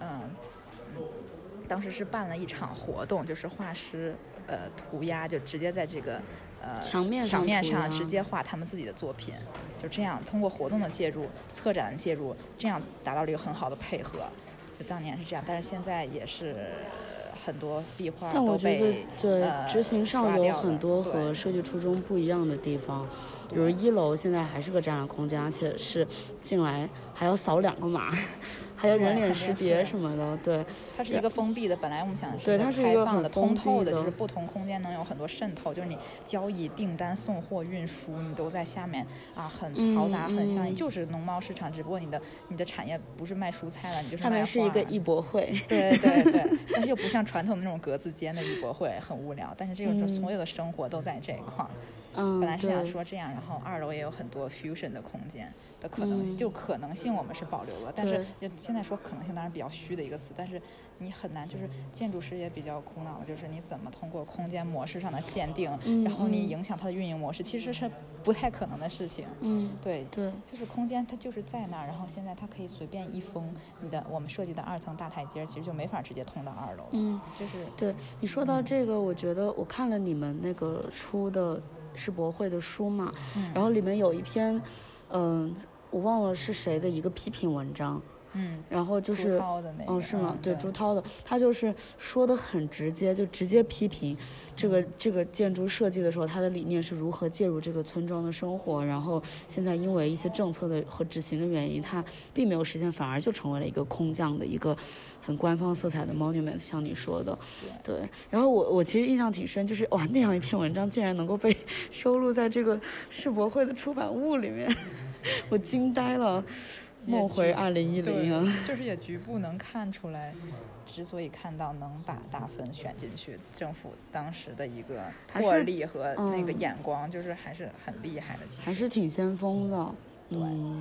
当时是办了一场活动，就是画师涂鸦，就直接在这个墙面上直接画他们自己的作品，就这样通过活动的介入、策展的介入，这样达到了一个很好的配合。就当年是这样，但是现在也是很多壁画但我觉得对执行上有很多和和设计初衷不一样的地方，比如1楼现在还是个展览空间，而且是进来还要扫2个码，还有人脸识别什么的。对， 它是一个封闭的，本来我们想对它是一个很通透的，就是不同空间能有很多渗透，就是你交易、订单、送货、运输，你都在下面啊，很嘈杂，很像就是农贸市场，只不过你的产业不是卖蔬菜了，你就是卖画。 下面是一个艺博会。 对，但是又不像传统的那种格子间的艺博会，很无聊。但是这种所有的生活都在这一块。本来是想说这样，然后2楼也有很多 fusion 的空间的可能性，就可能性我们是保留了，但是现在说可能性当然比较虚的一个词，但是你很难，就是建筑师也比较苦恼，就是你怎么通过空间模式上的限定，然后你影响它的运营模式，其实是不太可能的事情。对，就是空间它就是在那儿，然后现在它可以随便一封，我们设计的2层大台阶其实就没法直接通到2楼。就是对你说到这个，我觉得我看了你们那个出的世博会的书嘛，然后里面有一篇我忘了是谁的一个批评文章，然后就是朱涛的那个， 是吗？对，朱涛的，他就是说的很直接，就直接批评这个建筑设计的时候，他的理念是如何介入这个村庄的生活，然后现在因为一些政策的和执行的原因，它并没有实现，反而就成为了一个空降的一个很官方色彩的 monument， 像你说的。对。然后我其实印象挺深，就是哇，那样一篇文章竟然能够被收录在这个世博会的出版物里面，我惊呆了。梦回2010啊， 就是也局部能看出来，之所以看到能把大分选进去，政府当时的一个魄力和那个眼光，就是还是很厉害的，其实还是挺先锋的。 对。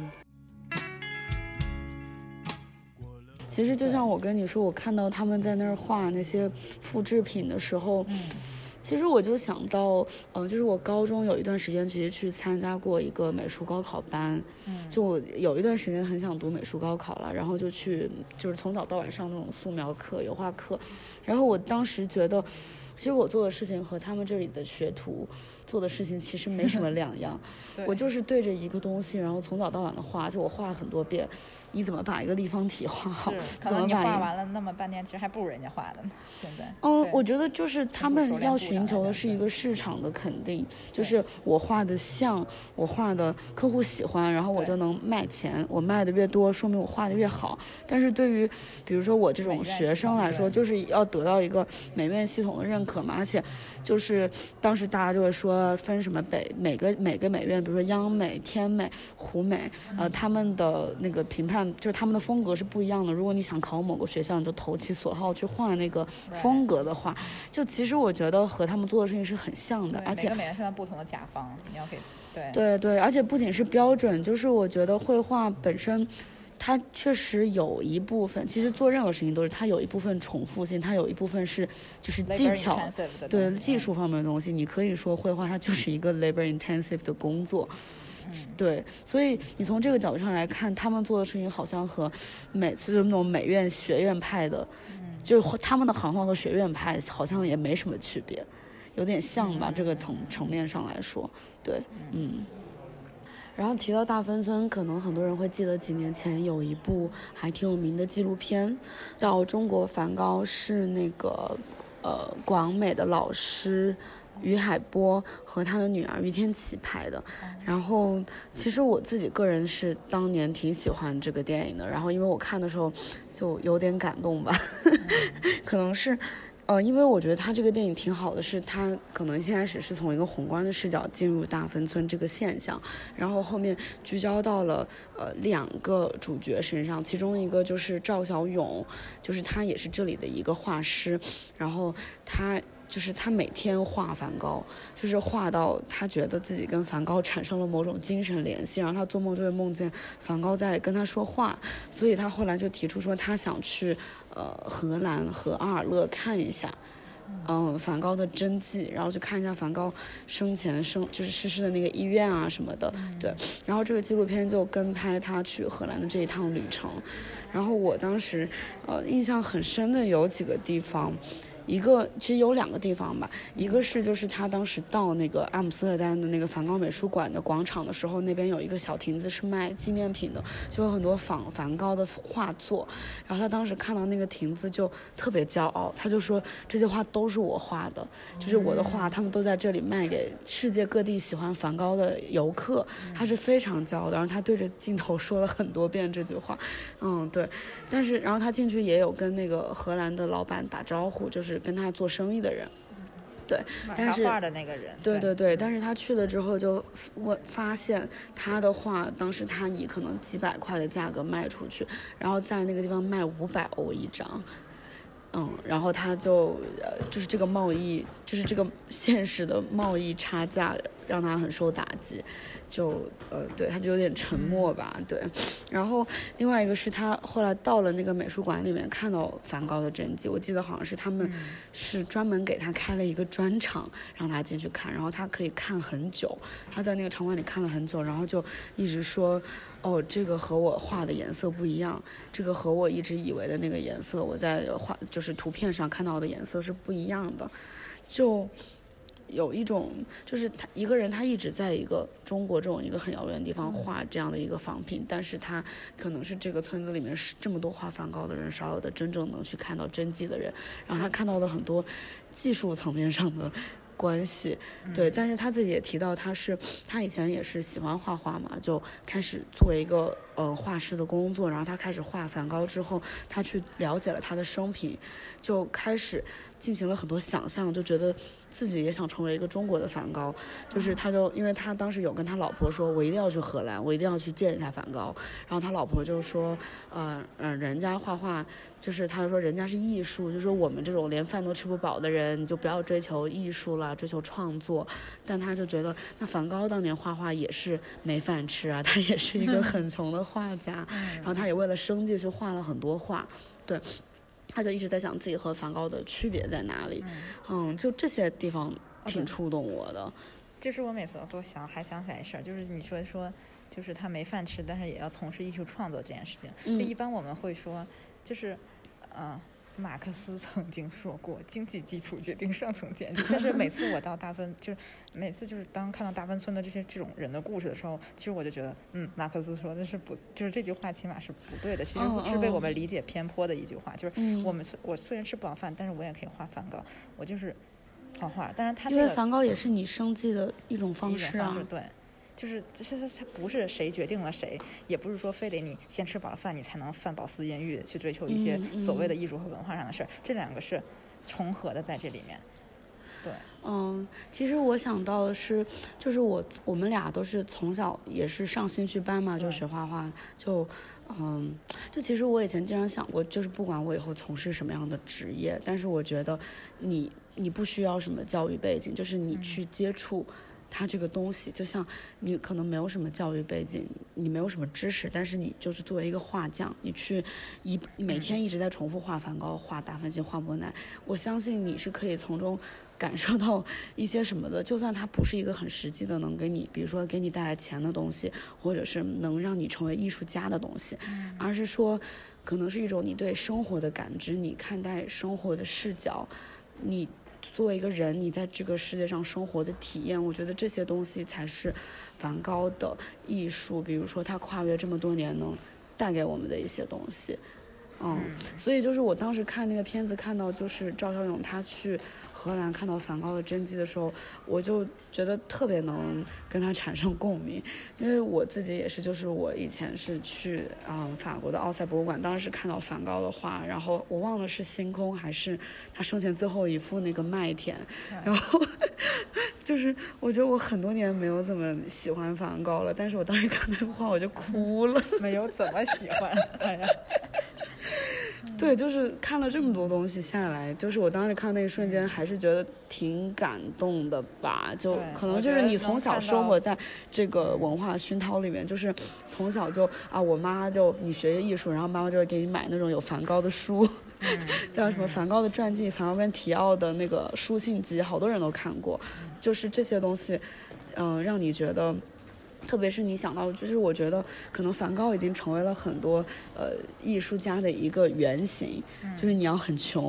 其实就像我跟你说，我看到他们在那儿画那些复制品的时候，其实我就想到，就是我高中有一段时间其实去参加过一个美术高考班，就我有一段时间很想读美术高考了，然后就是从早到晚上那种素描课、油画课，然后我当时觉得，其实我做的事情和他们这里的学徒做的事情其实没什么两样，我就是对着一个东西，然后从早到晚的画，就我画了很多遍。你怎么把一个立方体画好？ 可能你画完了那么半天，其实还不如人家画的呢。现在， 我觉得就是他们要寻求的是一个市场的肯定，就是我画的像，我画的客户喜欢，然后我就能卖钱。我卖的越多，说明我画的越好。但是对于比如说我这种学生来说，就是要得到一个美院系统的认可嘛，而且就是当时大家就会说分什么每个美院，比如说央美、天美、湖美，他们的那个评判。就是他们的风格是不一样的，如果你想考某个学校，你就投其所好去画那个风格的话，就其实我觉得和他们做的事情是很像的，而且每个现在不同的甲方，你要给对，而且不仅是标准，就是我觉得绘画本身它确实有一部分，其实做任何事情都是它有一部分重复性，它有一部分是就是技巧，对技术方面的东西，你可以说绘画它就是一个 labor intensive 的工作。对，所以你从这个角度上来看，他们做的事情好像和就是那种美院学院派的，就是他们的行话和学院派好像也没什么区别，有点像吧，这个层面上来说，对，然后提到大芬村，可能很多人会记得几年前有一部还挺有名的纪录片，叫《中国梵高》，是那个广美的老师于海波和他的女儿于天琪拍的。然后其实我自己个人是当年挺喜欢这个电影的，然后因为我看的时候就有点感动吧可能是因为我觉得他这个电影挺好的，是他可能现在只是从一个宏观的视角进入大芬村这个现象，然后后面聚焦到了2个主角身上，其中一个就是赵小勇，就是他也是这里的一个画师，然后他每天画梵高，就是画到他觉得自己跟梵高产生了某种精神联系，然后他做梦就会梦见梵高在跟他说话，所以他后来就提出说他想去荷兰和阿尔勒看一下梵高的真迹，然后去看一下梵高生前就是逝世的那个医院啊什么的，对，然后这个纪录片就跟拍他去荷兰的这一趟旅程。然后我当时印象很深的有几个地方， 一个其实有2个地方吧，一个是就是他当时到那个阿姆斯特丹的那个梵高美术馆的广场的时候，那边有一个小亭子是卖纪念品的，就有很多梵高的画作，然后他当时看到那个亭子就特别骄傲，他就说这些画都是我画的，就是我的画他们都在这里卖给世界各地喜欢梵高的游客，他是非常骄傲的，然后他对着镜头说了很多遍这句话。对，但是然后他进去也有跟那个荷兰的老板打招呼，就是跟他做生意的人。对，但是画的那个人， 对，但是他去了之后就发现他的画当时他以可能几百块的价格卖出去，然后在那个地方卖500欧一张。然后他就是这个贸易，就是这个现实的贸易差价让他很受打击，对，他就有点沉默吧，对。然后另外一个是他后来到了那个美术馆里面看到梵高的真迹，我记得好像是他们是专门给他开了一个专场让他进去看，然后他可以看很久，他在那个场馆里看了很久，然后就一直说这个和我画的颜色不一样，这个和我一直以为的那个颜色，我在就是图片上看到的颜色是不一样的，就有一种就是他一个人他一直在一个中国这种一个很遥远的地方画这样的一个仿品，但是他可能是这个村子里面是这么多画梵高的人少有的真正能去看到真迹的人，然后他看到了很多技术层面上的关系，对，但是他自己也提到他以前也是喜欢画画嘛，就开始做一个画师的工作，然后他开始画梵高之后，他去了解了他的生平，就开始进行了很多想象，就觉得自己也想成为一个中国的梵高，就是因为他当时有跟他老婆说，我一定要去荷兰，我一定要去见一下梵高，然后他老婆就说人家画画就是他说人家是艺术，就说我们这种连饭都吃不饱的人你就不要追求艺术了，追求创作，但他就觉得那梵高当年画画也是没饭吃啊，他也是一个很穷的画家，然后他也为了生计去画了很多画，对，他就一直在想自己和梵高的区别在哪里，就这些地方挺触动我的。 就是我每次都还想起来事儿，就是你说就是他没饭吃，但是也要从事艺术创作这件事情。就一般我们会说，就是马克思曾经说过，经济基础决定上层建筑。但是每次我到每次当看到大芬村的这种人的故事的时候，其实我就觉得，马克思说的是就是这句话起码是不对的，其实是被我们理解偏颇的一句话。就是我虽然吃不饱饭，但是我也可以画梵高，我就是画画。当然他因为梵高也是你生计的一种方式啊， 对。就是它不是谁决定了谁，也不是说非得你先吃饱了饭你才能饭饱思淫欲去追求一些所谓的艺术和文化上的事儿，这两个是重合的在这里面。对， 其实我想到的是，就是我们俩都是从小也是上兴趣班嘛，就学画画，就其实我以前经常想过，就是不管我以后从事什么样的职业，但是我觉得你不需要什么教育背景，就是你去接触它这个东西，就像你可能没有什么教育背景，你没有什么知识，但是你就是作为一个画匠，你去每天一直在重复画梵高、画达芬奇、画莫奈，我相信你是可以从中感受到一些什么的，就算它不是一个很实际的能给你，比如说给你带来钱的东西，或者是能让你成为艺术家的东西，而是说可能是一种你对生活的感知，你看待生活的视角，你作为一个人你在这个世界上生活的体验，我觉得这些东西才是梵高的艺术，比如说他跨越这么多年能带给我们的一些东西。所以就是我当时看那个片子，看到就是赵小勇他去荷兰看到梵高的真迹的时候，我就觉得特别能跟他产生共鸣，因为我自己也是，就是我以前是去法国的奥赛博物馆，当时看到梵高的画，然后我忘了是星空还是他生前最后一幅那个麦田，然后就是我觉得我很多年没有怎么喜欢梵高了，但是我当时看那幅画我就哭了， 没有怎么喜欢，哎呀。 对，就是看了这么多东西下来，就是我当时看那一瞬间还是觉得挺感动的吧，就可能就是你从小生活在这个文化熏陶里面，就是从小就我妈就你学艺术，然后妈妈就会给你买那种有梵高的书，叫什么梵高的传记，梵高跟提奥的那个书信集，好多人都看过，就是这些东西让你觉得特别是你想到，就是我觉得可能梵高已经成为了很多艺术家的一个原型，就是你要很穷，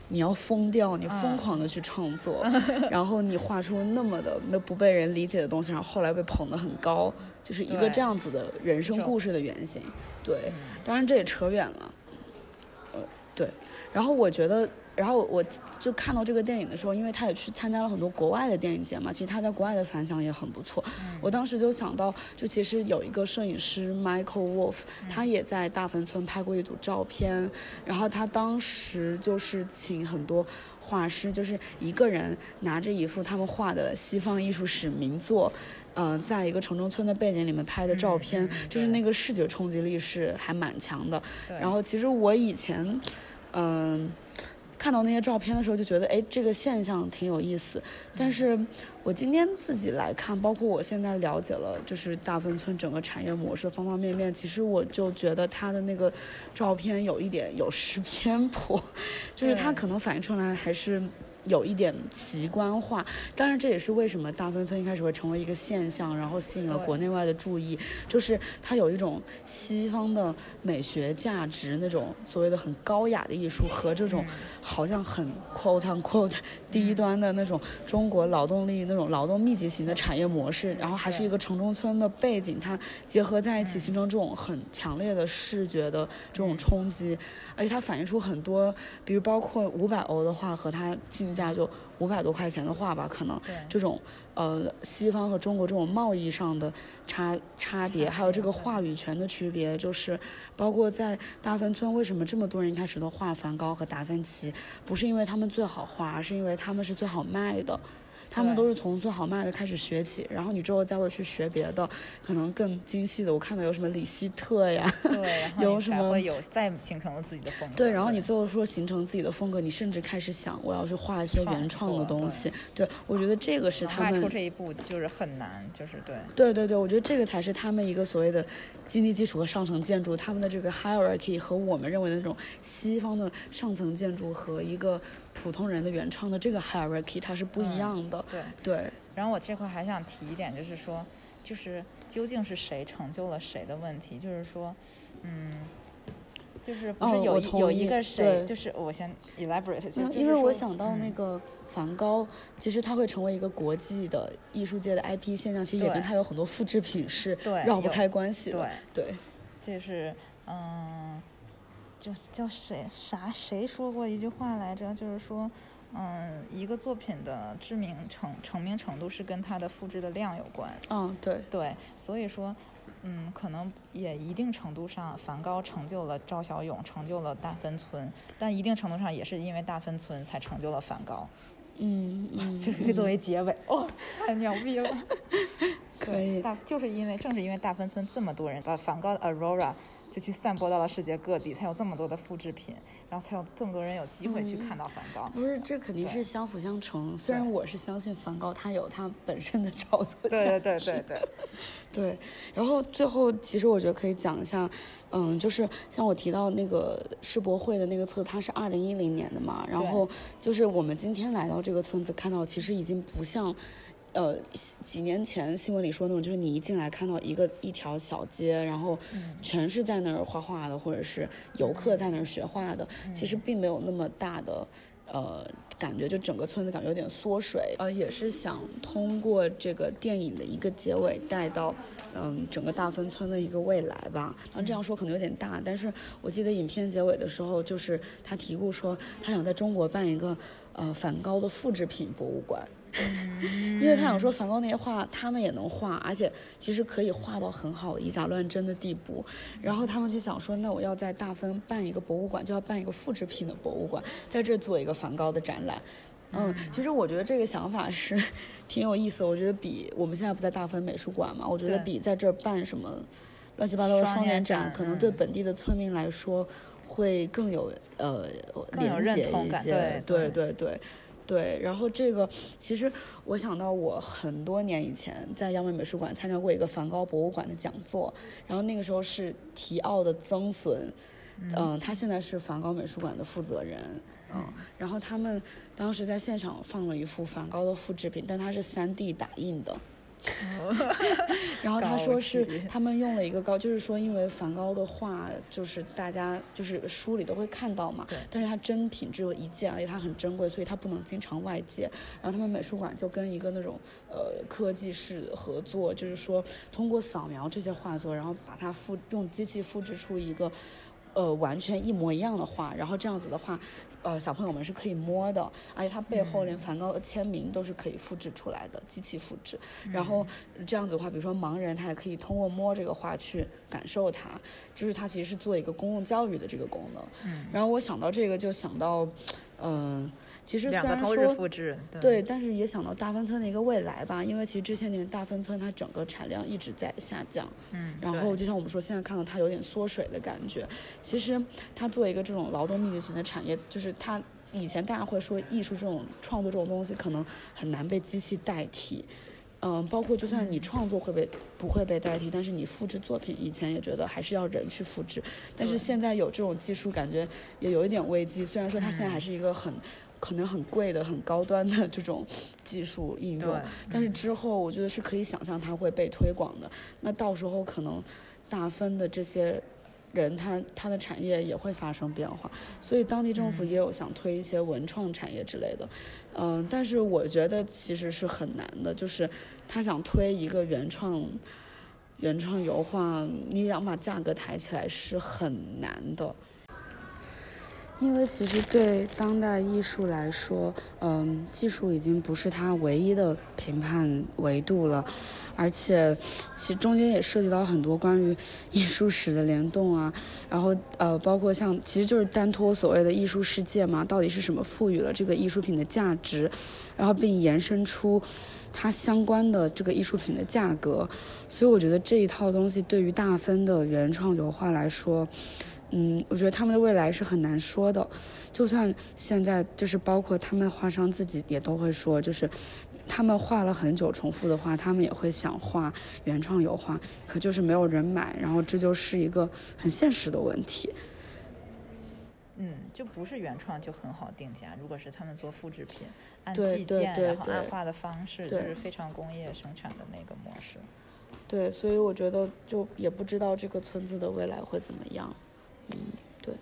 你要疯掉，你疯狂的去创作，然后你画出那么的不被人理解的东西，然后后来被捧得很高，就是一个这样子的人生故事的原型。对，当然这也扯远了。对，然后我觉得，然后我就看到这个电影的时候，因为他也去参加了很多国外的电影节嘛，其实他在国外的反响也很不错。我当时就想到，就其实有一个摄影师 Michael Wolf，他也在大芬村拍过一组照片，然后他当时就是请很多画师，就是一个人拿着一幅他们画的西方艺术史名作，在一个城中村的背景里面拍的照片，就是那个视觉冲击力是还蛮强的。然后其实我以前看到那些照片的时候就觉得这个现象挺有意思，但是我今天自己来看，包括我现在了解了就是大芬村整个产业模式方方面面，其实我就觉得他的那个照片有一点有失偏颇，就是他可能反映出来还是有一点奇观化。当然这也是为什么大芬村一开始会成为一个现象，然后吸引了国内外的注意，就是它有一种西方的美学价值，那种所谓的很高雅的艺术，和这种好像很 quote unquote 低端的那种中国劳动力那种劳动密集型的产业模式，然后还是一个城中村的背景，它结合在一起形成这种很强烈的视觉的这种冲击。而且它反映出很多，比如包括500欧的画和它进价就500多块钱的画吧，可能这种西方和中国这种贸易上的差别，还有这个话语权的区别，就是包括在大芬村为什么这么多人一开始都画梵高和达芬奇，不是因为他们最好画，而是因为他们是最好卖的。他们都是从最好卖的开始学起，然后你之后再会去学别的，可能更精细的。我看到有什么李希特呀， 对，然后有什么会有再形成了自己的风格。 对，然后你最后说形成自己的风格，你甚至开始想我要去画一些原创的东西。对，我觉得这个是他们迈出这一步就是很难，就是对，我觉得这个才是他们一个所谓的经济基础和上层建筑，他们的这个 hierarchy 和我们认为的那种西方的上层建筑和一个普通人的原创的这个 hierarchy 它是不一样的。对。 然后我这块还想提一点，就是说，就是究竟是谁成就了谁的问题，就是说，就是不是有一个谁，就是我先 elaborate 一下， 因为我想到那个梵高，其实他会成为一个国际的艺术界的 IP 现象，其实也跟他有很多复制品是绕不开关系的。对， 这是就叫谁说过一句话来着，就是说一个作品的知名成名程度是跟它的复制的量有关。对，所以说可能也一定程度上梵高成就了赵小勇，成就了大芬村，但一定程度上也是因为大芬村才成就了梵高。这可以作为结尾。太牛逼了。 可以， 正是因为大芬村这么多人把梵高的 Aurora就去散播到了世界各地，才有这么多的复制品，然后才有这么多人有机会去看到梵高。 不是，这肯定是相辅相成。虽然我是相信梵高他有他本身的炒作价值。对。然后最后其实我觉得可以讲一下，就是像我提到那个世博会的那个册，它是2010年的嘛，然后就是我们今天来到这个村子看到，其实已经不像几年前新闻里说那种，就是你一进来看到一条小街，然后全是在那儿画画的，或者是游客在那儿学画的，其实并没有那么大的感觉，就整个村子感觉有点缩水。也是想通过这个电影的一个结尾带到整个大芬村的一个未来吧。然后这样说可能有点大，但是我记得影片结尾的时候，就是他提过说他想在中国办一个梵高的复制品博物馆。因为他想说梵高那些画他们也能画，而且其实可以画到很好以假乱真的地步，然后他们就想说那我要在大芬办一个博物馆，就要办一个复制品的博物馆，在这做一个梵高的展览。其实我觉得这个想法是挺有意思，我觉得比我们现在不在大芬美术馆嘛，我觉得比在这儿办什么乱七八糟的双年展可能对本地的村民来说会更有连结一些。对，然后这个其实我想到我很多年以前在央美美术馆参加过一个梵高博物馆的讲座，然后那个时候是提奥的曾孙，他现在是梵高美术馆的负责人，然后他们当时在现场放了一幅梵高的复制品，但它是3D 打印的， 然后他说是他们用了一个就是说因为梵高的画就是大家就是书里都会看到嘛，但是他真品只有一件，而且它很珍贵，所以他不能经常外借。然后他们美术馆就跟一个那种科技室合作，就是说通过扫描这些画作，然后把它用机器复制出一个完全一模一样的画，然后这样子的话小朋友们是可以摸的，而且它背后连梵高的签名都是可以复制出来的，机器复制。然后这样子的话，比如说盲人他也可以通过摸这个画去感受它，就是它其实是做一个公共教育的这个功能。然后我想到这个就想到其实虽然说两个同日复制， 对，但是也想到大芬村的一个未来吧，因为其实这些年大芬村它整个产量一直在下降，然后就像我们说现在看到它有点缩水的感觉。其实它作为一个这种劳动密集型的产业，就是它以前大家会说艺术这种创作这种东西可能很难被机器代替，包括就算你创作不会被代替，但是你复制作品以前也觉得还是要人去复制，但是现在有这种技术感觉也有一点危机，虽然说它现在还是一个可能很贵的很高端的这种技术应用，但是之后我觉得是可以想象它会被推广的。那到时候可能大芬的这些人他的产业也会发生变化，所以当地政府也有想推一些文创产业之类的。但是我觉得其实是很难的，就是他想推一个原创油画，你想把价格抬起来是很难的。因为其实对当代艺术来说，技术已经不是它唯一的评判维度了，而且其实中间也涉及到很多关于艺术史的联动啊，然后包括像其实就是单脱所谓的艺术世界嘛，到底是什么赋予了这个艺术品的价值，然后并延伸出它相关的这个艺术品的价格。所以我觉得这一套东西对于大芬的原创油画来说，我觉得他们的未来是很难说的。就算现在就是包括他们画商自己也都会说，就是他们画了很久重复的画，他们也会想画原创油画，可就是没有人买，然后这就是一个很现实的问题。 就不是原创就很好定价，如果是他们做复制品，按计件然后按画的方式，就是非常工业生产的那个模式。 对，所以我觉得就也不知道这个村子的未来会怎么样。对。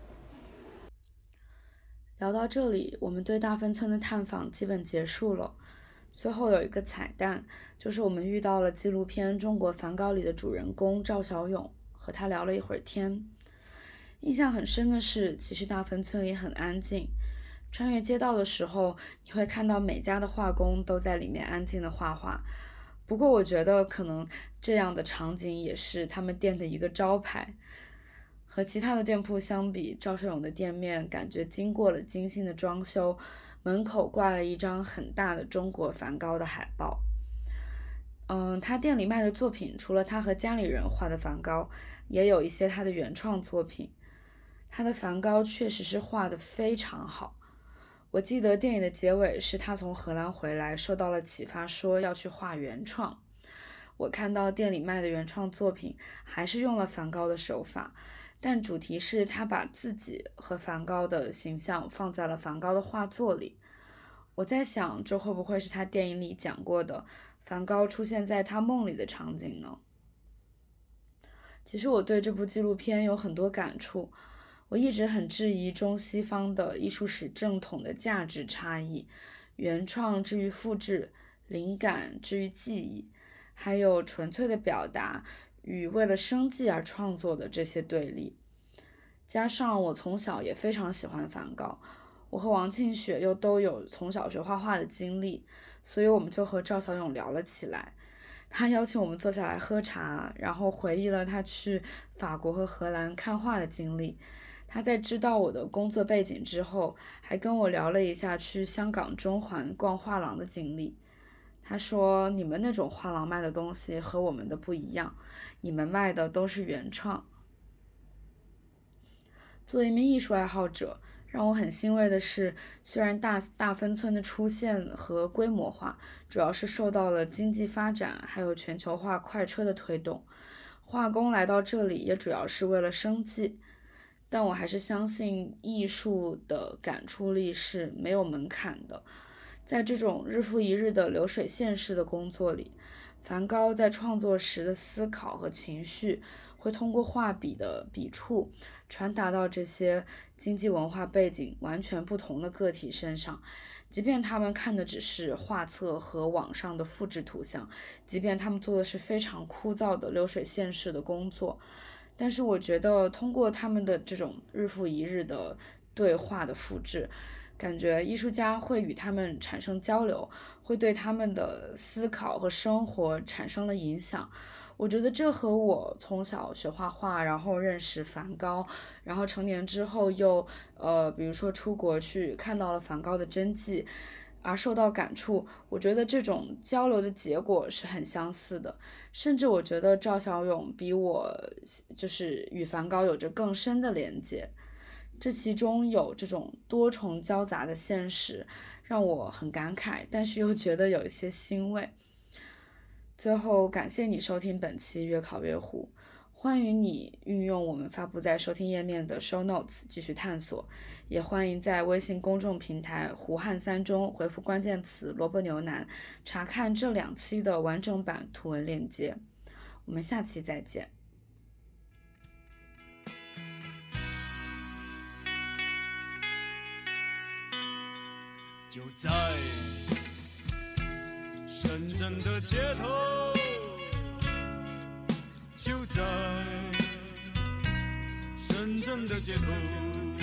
聊到这里，我们对大芬村的探访基本结束了。最后有一个彩蛋，就是我们遇到了纪录片《中国梵高》里的主人公赵小勇，和他聊了一会儿天。印象很深的是，其实大芬村里很安静，穿越街道的时候，你会看到每家的画工都在里面安静的画画。不过我觉得可能这样的场景也是他们店的一个招牌。和其他的店铺相比，赵小勇的店面感觉经过了精心的装修，门口挂了一张很大的中国梵高的海报。他店里卖的作品除了他和家里人画的梵高，也有一些他的原创作品。他的梵高确实是画得非常好。我记得电影的结尾是他从荷兰回来，受到了启发，说要去画原创。我看到店里卖的原创作品还是用了梵高的手法，但主题是他把自己和梵高的形象放在了梵高的画作里。我在想，这会不会是他电影里讲过的梵高出现在他梦里的场景呢？其实我对这部纪录片有很多感触。我一直很质疑中西方的艺术史正统的价值差异，原创之于复制，灵感之于记忆，还有纯粹的表达与为了生计而创作的这些对立。加上我从小也非常喜欢梵高，我和王庆雪又都有从小学画画的经历，所以我们就和赵小勇聊了起来。他邀请我们坐下来喝茶，然后回忆了他去法国和荷兰看画的经历。他在知道我的工作背景之后，还跟我聊了一下去香港中环逛画廊的经历。他说，你们那种画廊卖的东西和我们的不一样，你们卖的都是原创。作为一名艺术爱好者，让我很欣慰的是，虽然大芬村的出现和规模化主要是受到了经济发展还有全球化快车的推动，画工来到这里也主要是为了生计，但我还是相信艺术的感触力是没有门槛的。 在这种日复一日的流水线式的工作里，梵高在创作时的思考和情绪会通过画笔的笔触传达到这些经济文化背景完全不同的个体身上，即便他们看的只是画册和网上的复制图像，即便他们做的是非常枯燥的流水线式的工作，但是我觉得通过他们的这种日复一日的对话的复制，感觉艺术家会与他们产生交流，会对他们的思考和生活产生了影响。我觉得这和我从小学画画，然后认识梵高，然后成年之后又比如说出国去看到了梵高的真迹而受到感触，我觉得这种交流的结果是很相似的。甚至我觉得赵小勇比我就是与梵高有着更深的连接，这其中有这种多重交杂的现实，让我很感慨，但是又觉得有一些欣慰。最后感谢你收听本期越考越糊，欢迎你运用我们发布在收听页面的 show notes 继续探索，也欢迎在微信公众平台胡汉三中回复关键词萝卜牛腩查看这2期的完整版图文链接。我们下期再见。 就在深圳的街头，就在深圳的街头。